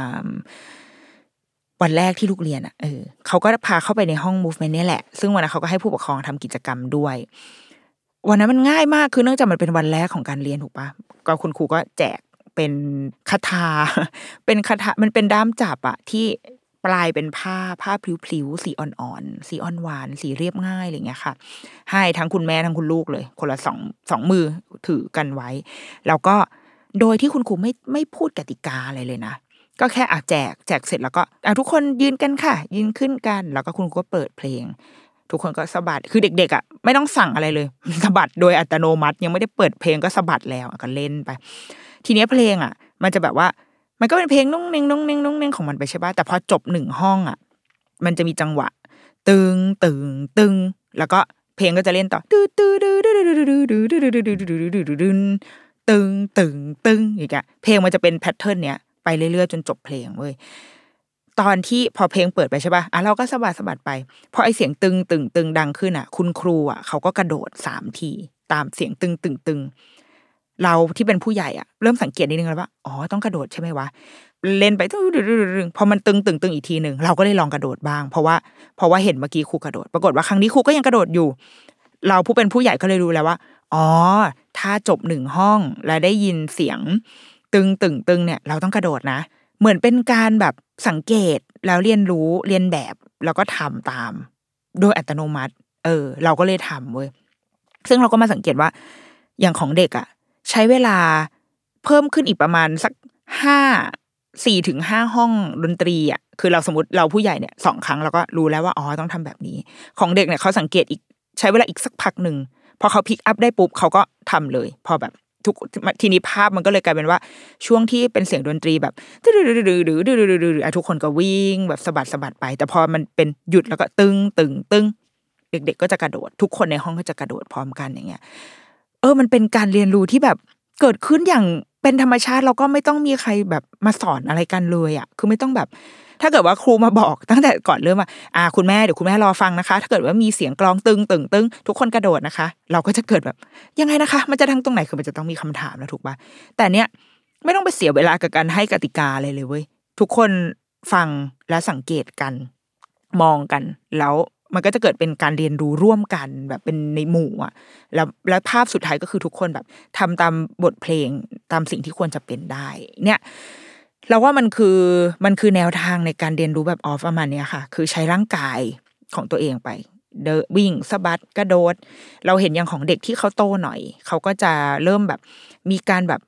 วันแรกที่ลูกเรียนอ่ะเออเขาก็พาเข้าไปในห้อง movement นี่แหละซึ่งวันนั้นเขาก็ให้ผู้ปกครองทำกิจกรรมด้วยวันนั้นมันง่ายมากคือเนื่องจากมันเป็นวันแรกของการเรียนถูกปะก็คุณครูก็แจกเป็นคาถาเป็นคาถามันเป็นด้ามจับอะที่ปลายเป็นผ้าผ้าพลิ้วๆสีอ่อนๆสีอ่อนหวานสีเรียบง่ายอะไรเงี้ยค่ะให้ทั้งคุณแม่ทั้งคุณลูกเลยคนละสองสองมือถือกันไว้แล้วก็โดยที่คุณครูไม่ไม่พูดกติกาอะไรเลยนะก็แค่อ่ะแจกแจกเสร็จแล้วก็อ่ะทุกคนยืนกันค่ะยืนขึ้นกันแล้วก็คุณครูก็เปิดเพลงทุกคนก็สะบัดคือเด็กๆอ่ะไม่ต้องสั่งอะไรเลยสะบัดโดยอัตโนมัติยังไม่ได้เปิดเพลงก็สะบัดแล้วก็เล่นไปทีนี้เพลงอ่ะมันจะแบบว่ามันก็เป็นเพลงนุ่งนิ่งนุ่งนิ่งนุ่งนิ่งของมันไปใช่ป่ะแต่พอจบหนึ่งห้องอ่ะมันจะมีจังหวะตึงตึงตึงแล้วก็เพลงก็จะเล่นต่อตึ๊ดตึ๊ดตึ๊ดตึ๊ดตึ๊ดตึ๊ดตึ๊ดตึ๊ดตึ๊ดตึ๊ดตึ๊ดตึ๊ดตึงตึงตึงอย่างเงี้ยเพลงมันจะเป็นแพทเทิร์นเนี้ยไปเรื่อยๆจนจบเพลงเว้ยตอนที่พอเพลงเปิดไปใช่ป่ะอ่ะเราก็สะบัดสะบัดไปพอไอเสียงตึงตึงตึงดังขึ้นอ่ะคุณครูอ่ะเขาก็กระโดดสามทีตามเสียงตึงตึงตึงเราที่เป็นผู้ใหญ่อ่ะเริ่มสังเกตนิดนึงแล้วว่าอ๋อต้องกระโดดใช่ไหมวะเล่นไปพอมันตึงตึงตึงอีกทีนึงเราก็เลยลองกระโดดบ้างเพราะว่าเพราะว่าเห็นเมื่อกี้ครูกระโดดปรากฏว่าครั้งนี้ครูก็ยังกระโดดอยู่เราผู้เป็นผู้ใหญ่ก็เลยรู้แล้วว่าอ๋อถ้าจบหนึ่งห้องแล้วได้ยินเสียงตึงตึงตึงเนี่ยเราต้องกระโดดนะเหมือนเป็นการแบบสังเกตแล้วเรียนรู้เรียนแบบแล้วก็ทำตามโดยอัตโนมัติเออเราก็เลยทำเว้ยซึ่งเราก็มาสังเกตว่าอย่างของเด็กอ่ะใช้เวลาเพิ่มขึ้นอีกประมาณสักห้าสี่ถึงห้าห้องดนตรีอ่ะคือเราสมมติเราผู้ใหญ่เนี่ยสองครั้งเราก็รู้แล้วว่าอ๋อต้องทำแบบนี้ของเด็กเนี่ยเขาสังเกตอีกใช้เวลาอีกสักพักหนึ่งพอเขาพิกอัพได้ปุ๊บเขาก็ทำเลยพอแบบทุกทีนี้ภาพมันก็เลยกลายเป็นว่าช่วงที่เป็นเสียงดนตรีแบบดื้อดื้อดื้อดื้อดื้อดื้อดื้อทุกคนก็วิ่งแบบสะบัดสะบัดไปแต่พอมันเป็นหยุดแล้วก็ตึงตึงตึงเด็กๆก็จะกระโดดทุกคนในห้องก็จะกระโดดพร้อมกันอย่างเงี้ยเออมันเป็นการเรียนรู้ที่แบบเกิดขึ้นอย่างเป็นธรรมชาติเราก็ไม่ต้องมีใครแบบมาสอนอะไรกันเลยอ่ะคือไม่ต้องแบบถ้าเกิดว่าครูมาบอกตั้งแต่ก่อนเริ่มว่าอ่าคุณแม่เดี๋ยวคุณแม่รอฟังนะคะถ้าเกิดว่ามีเสียงกลองตึงตึงตึงทุกคนกระโดดนะคะเราก็จะเกิดแบบยังไงนะคะมันจะทั้งตรงไหนคือมันจะต้องมีคำถามแล้วถูกป่ะแต่เนี้ยไม่ต้องไปเสียเวลากับการให้กติกาอะไรเลยเว้ยทุกคนฟังและสังเกตกันมองกันแล้วมันก็จะเกิดเป็นการเรียนรู้ร่วมกันแบบเป็นในหมู่อ่ะแล้วแล้วภาพสุดท้ายก็คือทุกคนแบบทำตามบทเพลงตามสิ่งที่ควรจะเป็นได้เนี่ยเราว่ามันคือมันคือแนวทางในการเรียนรู้แบบออฟประมาณนี้ค่ะคือใช้ร่างกายของตัวเองไปเดินวิ่งสะบัดกระโดดเราเห็นอย่างของเด็กที่เขาโตหน่อยเขาก็จะเริ่มแบบมีการแบบ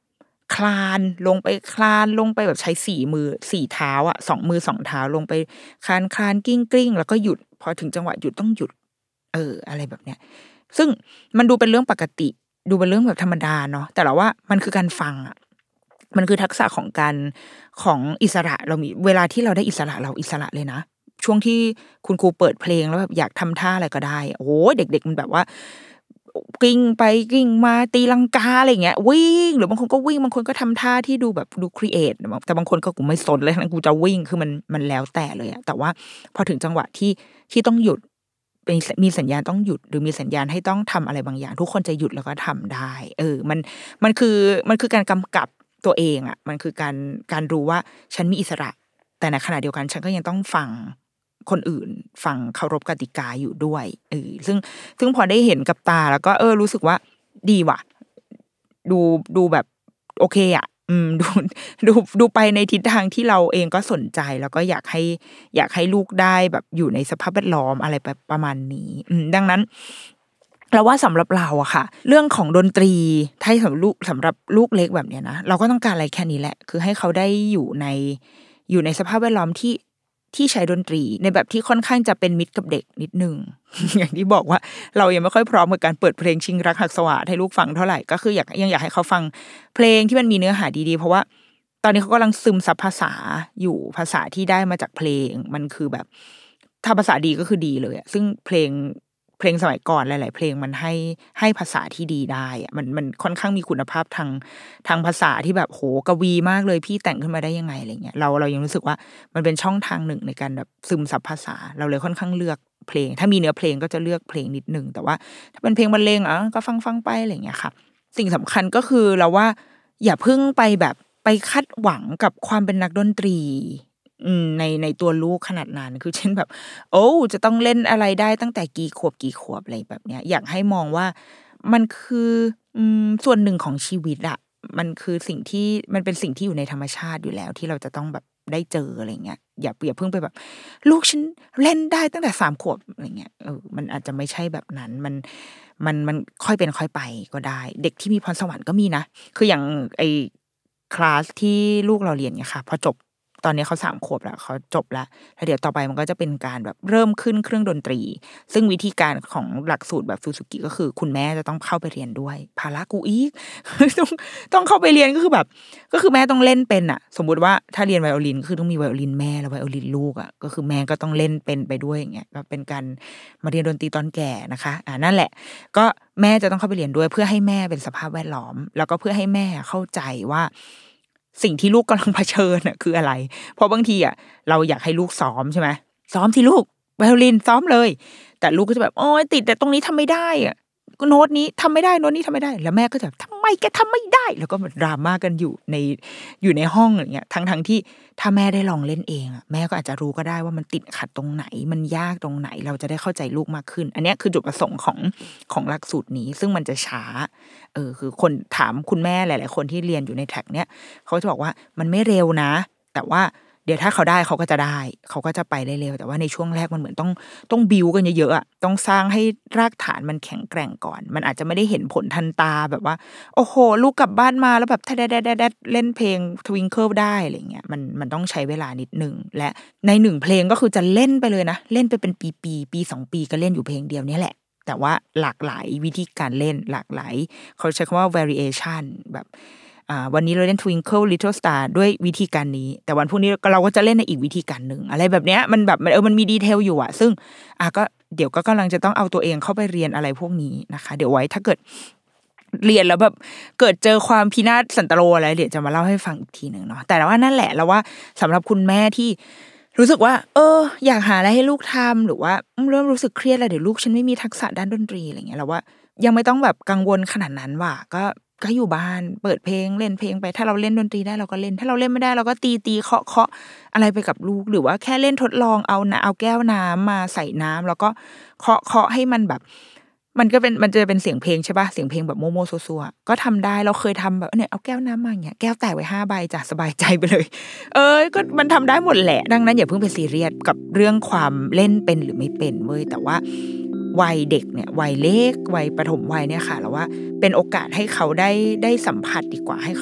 คลานลงไปคลานลงไปแบบใช้สี่มือสี่เท้าอ่ะสองมือสองเท้าลงไปคลานคลานกิ้งกลิ้งแล้วก็หยุดพอถึงจังหวะหยุดต้องหยุดเอออะไรแบบเนี้ยซึ่งมันดูเป็นเรื่องปกติดูเป็นเรื่องแบบธรรมดาเนาะแต่เราว่ามันคือการฟังอ่ะมันคือทักษะของการของอิสระเรามีเวลาที่เราได้อิสระเราอิสระเลยนะช่วงที่คุณครูเปิดเพลงแล้วแบบอยากทำท่าอะไรก็ได้โอ้เด็กๆมันแบบว่ากิ้งไปกิ้งมาตีลังกาอะไรเงี้ยวิ่งหรือบางคนก็วิ่งบางคนก็ทำท่าที่ดูแบบดูครีเอทแต่บางคนก็กูไม่สนเลยนะกูจะวิ่งคือมันมันแล้วแต่เลยอะแต่ว่าพอถึงจังหวะที่ที่ต้องหยุดมีสัญญาณต้องหยุดหรือมีสัญญาณให้ต้องทำอะไรบางอย่างทุกคนจะหยุดแล้วก็ทำได้เออมันมันคือมันคือการกำกับตัวเองอะมันคือการการรู้ว่าฉันมีอิสระแต่ในขณะเดียวกันฉันก็ยังต้องฟังคนอื่นฟังเคารพกติกาอยู่ด้วยเออซึ่งซึ่งพอได้เห็นกับตาแล้วก็เออรู้สึกว่าดีว่ะดูดูแบบโอเคอ่ะอืมดูดูดูไปในทิศทางที่เราเองก็สนใจแล้วก็อยากให้อยากให้ลูกได้แบบอยู่ในสภาพแวดล้อมอะไรประมาณนี้อืมดังนั้นเราว่าสำหรับเราอะค่ะเรื่องของดนตรีถ้าสำหรับลูกสำหรับลูกเล็กแบบเนี้ยนะเราก็ต้องการอะไรแค่นี้แหละคือให้เขาได้อยู่ในอยู่ในสภาพแวดล้อมที่ที่ใช้ดนตรีในแบบที่ค่อนข้างจะเป็นมิตรกับเด็กนิดนึง อย่างที่บอกว่าเรายังไม่ค่อยพร้อมกับการเปิดเพลงชิงรักหักสวาทให้ลูกฟังเท่าไหร่ก็คืออยากยังอยากให้เขาฟังเพลงที่มันมีเนื้อหาดีๆเพราะว่าตอนนี้เขากำลังซึมซับภาษาอยู่ภาษาที่ได้มาจากเพลงมันคือแบบถ้าภาษาดีก็คือดีเลยอะซึ่งเพลงเพลงสมัยก่อนหลายๆเพลงมันให้ให้ภาษาที่ดีได้อะมันมันค่อนข้างมีคุณภาพทางทางภาษาที่แบบโหกวีมากเลยพี่แต่งขึ้นมาได้ยังไงอะไรเงี้ยเราเรายังรู้สึกว่ามันเป็นช่องทางหนึ่งในการแบบซึมซับภาษาเราเลยค่อนข้างเลือกเพลงถ้ามีเนื้อเพลงก็จะเลือกเพลงนิดนึงแต่ว่าถ้าเป็นเพลงบรรเลงอ่ะก็ฟังฟังไปอะไรเงี้ยค่ะสิ่งสำคัญก็คือเราว่าอย่าเพิ่งไปแบบไปคาดหวังกับความเป็นนักดนตรีในในตัวลูกขนาดนั้นคือเช่นแบบโอ้จะต้องเล่นอะไรได้ตั้งแต่กี่ขวบกี่ขวบอะไรแบบเนี้ยอยากให้มองว่ามันคืออืมส่วนหนึ่งของชีวิตอะมันคือสิ่งที่มันเป็นสิ่งที่อยู่ในธรรมชาติอยู่แล้วที่เราจะต้องแบบได้เจออะไรเงี้ยอย่าอย่าเพิ่งไปแบบลูกฉันเล่นได้ตั้งแต่สามขวบอะไรเงี้ยเออมันอาจจะไม่ใช่แบบนั้นมันมันมันค่อยเป็นค่อยไปก็ได้เด็กที่มีพรสวรรค์ก็มีนะคืออย่างไอคลาสที่ลูกเราเรียนเนี่ยค่ะพอจบตอนนี้เขาสามขวบแล้วเขาจบแล้วแล้วเดี๋ยวต่อไปมันก็จะเป็นการแบบเริ่มขึ้นเครื่องดนตรีซึ่งวิธีการของหลักสูตรแบบซูซูกิก็คือคุณแม่จะต้องเข้าไปเรียนด้วยภาระกูอีก ต้องต้องเข้าไปเรียนก็คือแบบก็คือแม่ต้องเล่นเป็นอ่ะสมมุติว่าถ้าเรียนไวโอลินก็คือต้องมีไวโอลินแม่แล้วไวโอลินลูกอ่ะก็คือแม่ก็ต้องเล่นเป็นไปด้วยอย่างเงี้ยก็เป็นการมาเรียนดนตรีตอนแก่นะคะอ่านั่นแหละก็แม่จะต้องเข้าไปเรียนด้วยเพื่อให้แม่เป็นสภาพแวดล้อมแล้วก็เพื่อให้แม่เข้าใจว่าสิ่งที่ลูกกำลังเผชิญน่ะคืออะไรเพราะบางทีอ่ะเราอยากให้ลูกซ้อมใช่ไหมซ้อมสิลูกไวโอลินซ้อมเลยแต่ลูกก็จะแบบโอ๊ยติดแต่ตรงนี้ทำไม่ได้อ่ะโน้ตนี้ทำไม่ได้โน้ตนี้ทำไม่ได้แล้วแม่ก็จะทำไมแกทำไม่ได้แล้วก็ดราม่ากันอยู่ในอยู่ในห้องอย่างเงี้ยทั้งทั้งที่ถ้าแม่ได้ลองเล่นเองอ่ะแม่ก็อาจจะรู้ก็ได้ว่ามันติดขัดตรงไหนมันยากตรงไหนเราจะได้เข้าใจลูกมากขึ้นอันนี้คือจุดประสงค์ของของหลักสูตรนี้ซึ่งมันจะช้าเออคือคนถามคุณแม่หลายๆคนที่เรียนอยู่ในแท็กเนี้ยเขาจะบอกว่ามันไม่เร็วนะแต่ว่าเดี๋ยวถ้าเขาได้เขาก็จะได้เขาก็จะไปได้เร็วแต่ว่าในช่วงแรกมันเหมือนต้องต้องบิวกันเยอะๆอ่ะต้องสร้างให้รากฐานมันแข็งแกร่งก่อนมันอาจจะไม่ได้เห็นผลทันตาแบบว่าโอ้โหลูกกลับบ้านมาแล้วแบบแดดแดดแดดเล่นเพลง Twinkle ได้อะไรเงี้ยมันมันต้องใช้เวลานิดนึงและในหนึ่งเพลงก็คือจะเล่นไปเลยนะเล่นไปเป็นปีๆปีสองปีก็เล่นอยู่เพลงเดียวนี่แหละแต่ว่าหลากหลายวิธีการเล่นหลากหลายเขาใช้คำว่า variation แบบวันนี้เราเล่น Twinkle Little Star ด้วยวิธีการนี้แต่วันพรุ่งนี้เราก็จะเล่นในอีกวิธีการหนึ่งอะไรแบบเนี้ยมันแบบเออมันมีดีเทลอยู่อะซึ่งอ่ะก็เดี๋ยวก็กำลังจะต้องเอาตัวเองเข้าไปเรียนอะไรพวกนี้นะคะเดี๋ยวไว้ถ้าเกิดเรียนแล้วแบบเกิดเจอความพินาศสันตโลอะไรเดี๋ยวจะมาเล่าให้ฟังอีกทีหนึ่งเนาะแต่ว่านั่นแหละแล้วว่าสำหรับคุณแม่ที่รู้สึกว่าเอออยากหาอะไรให้ลูกทำหรือว่าเริ่มรู้สึกเครียดแล้วเดี๋ยวลูกฉันไม่มีทักษะด้านดนตรีอะไรเงี้ยแล้วว่ายังไม่ต้องแบบกังวลขนาดนั้นว่ะก็ก็อยู่บ้านเปิดเพลงเล่นเพลงไปถ้าเราเล่นดนตรีได้เราก็เล่นถ้าเราเล่นไม่ได้เราก็ตีตีเคาะเคาะอะไรไปกับลูกหรือว่าแค่เล่นทดลองเอาเอาแก้วน้ำมาใส่น้ำแล้วก็เคาะเคาะให้มันแบบมันก็เป็นมันจะเป็นเสียงเพลงใช่ป่ะเสียงเพลงแบบโมโมโซซัวก็ทำได้เราเคยทำแบบเนี่ยเอาแก้วน้ำมาอย่างเงี้ยแก้วแตกไว้ห้าใบจ้ะสบายใจไปเลยเออก็มันทำได้หมดแหละดังนั้นอย่าเพิ่งไปซีเรียสกับเรื่องความเล่นเป็นหรือไม่เป็นเว้ยแต่ว่าวัยเด็กเนี่ยวัยเล็กวัยประถมวัยเนี่ยค่ะแล้วว่าเป็นโอกาสให้เขาได้ได้สัมผัสดีกว่าให้เขาได้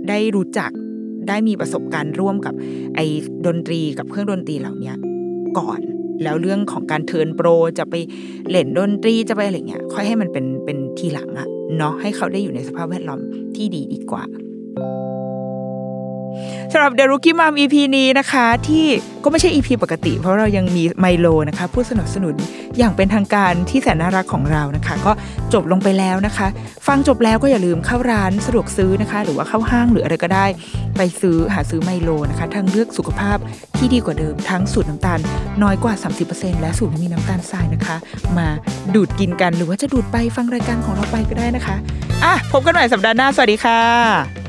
ได้รู้จักได้มีประสบการณ์ร่วมกับไอ้ดนตรีกับเครื่องดนตรีเหล่านี้ก่อนแล้วเรื่องของการเทิร์นโปรจะไปเล่นดนตรีจะไปอะไรเงี้ยค่อยให้มันเป็นเป็นทีหลังอะเนาะให้เขาได้อยู่ในสภาพแวดล้อมที่ดีดีกว่าสำหรับ The Rookie Mom อี พี นี้นะคะที่ก็ไม่ใช่ อี พี ปกติเพราะเรายังมีไมโลนะคะผู้สนับสนุนอย่างเป็นทางการที่แสนน่ารักของเรานะคะก็จบลงไปแล้วนะคะฟังจบแล้วก็อย่าลืมเข้าร้านสะดวกซื้อนะคะหรือว่าเข้าห้างหรืออะไรก็ได้ไปซื้อหาซื้อไมโลนะคะทางเลือกสุขภาพที่ดีกว่าเดิมทั้งสูตรน้ำตาลน้อยกว่า สามสิบเปอร์เซ็นต์ และสูตรไม่มีน้ำตาลทรายนะคะมาดูดกินกันหรือว่าจะดูดไปฟังรายการของเราไปก็ได้นะคะอ่ะพบกันใหม่สัปดาห์หน้าสวัสดีค่ะ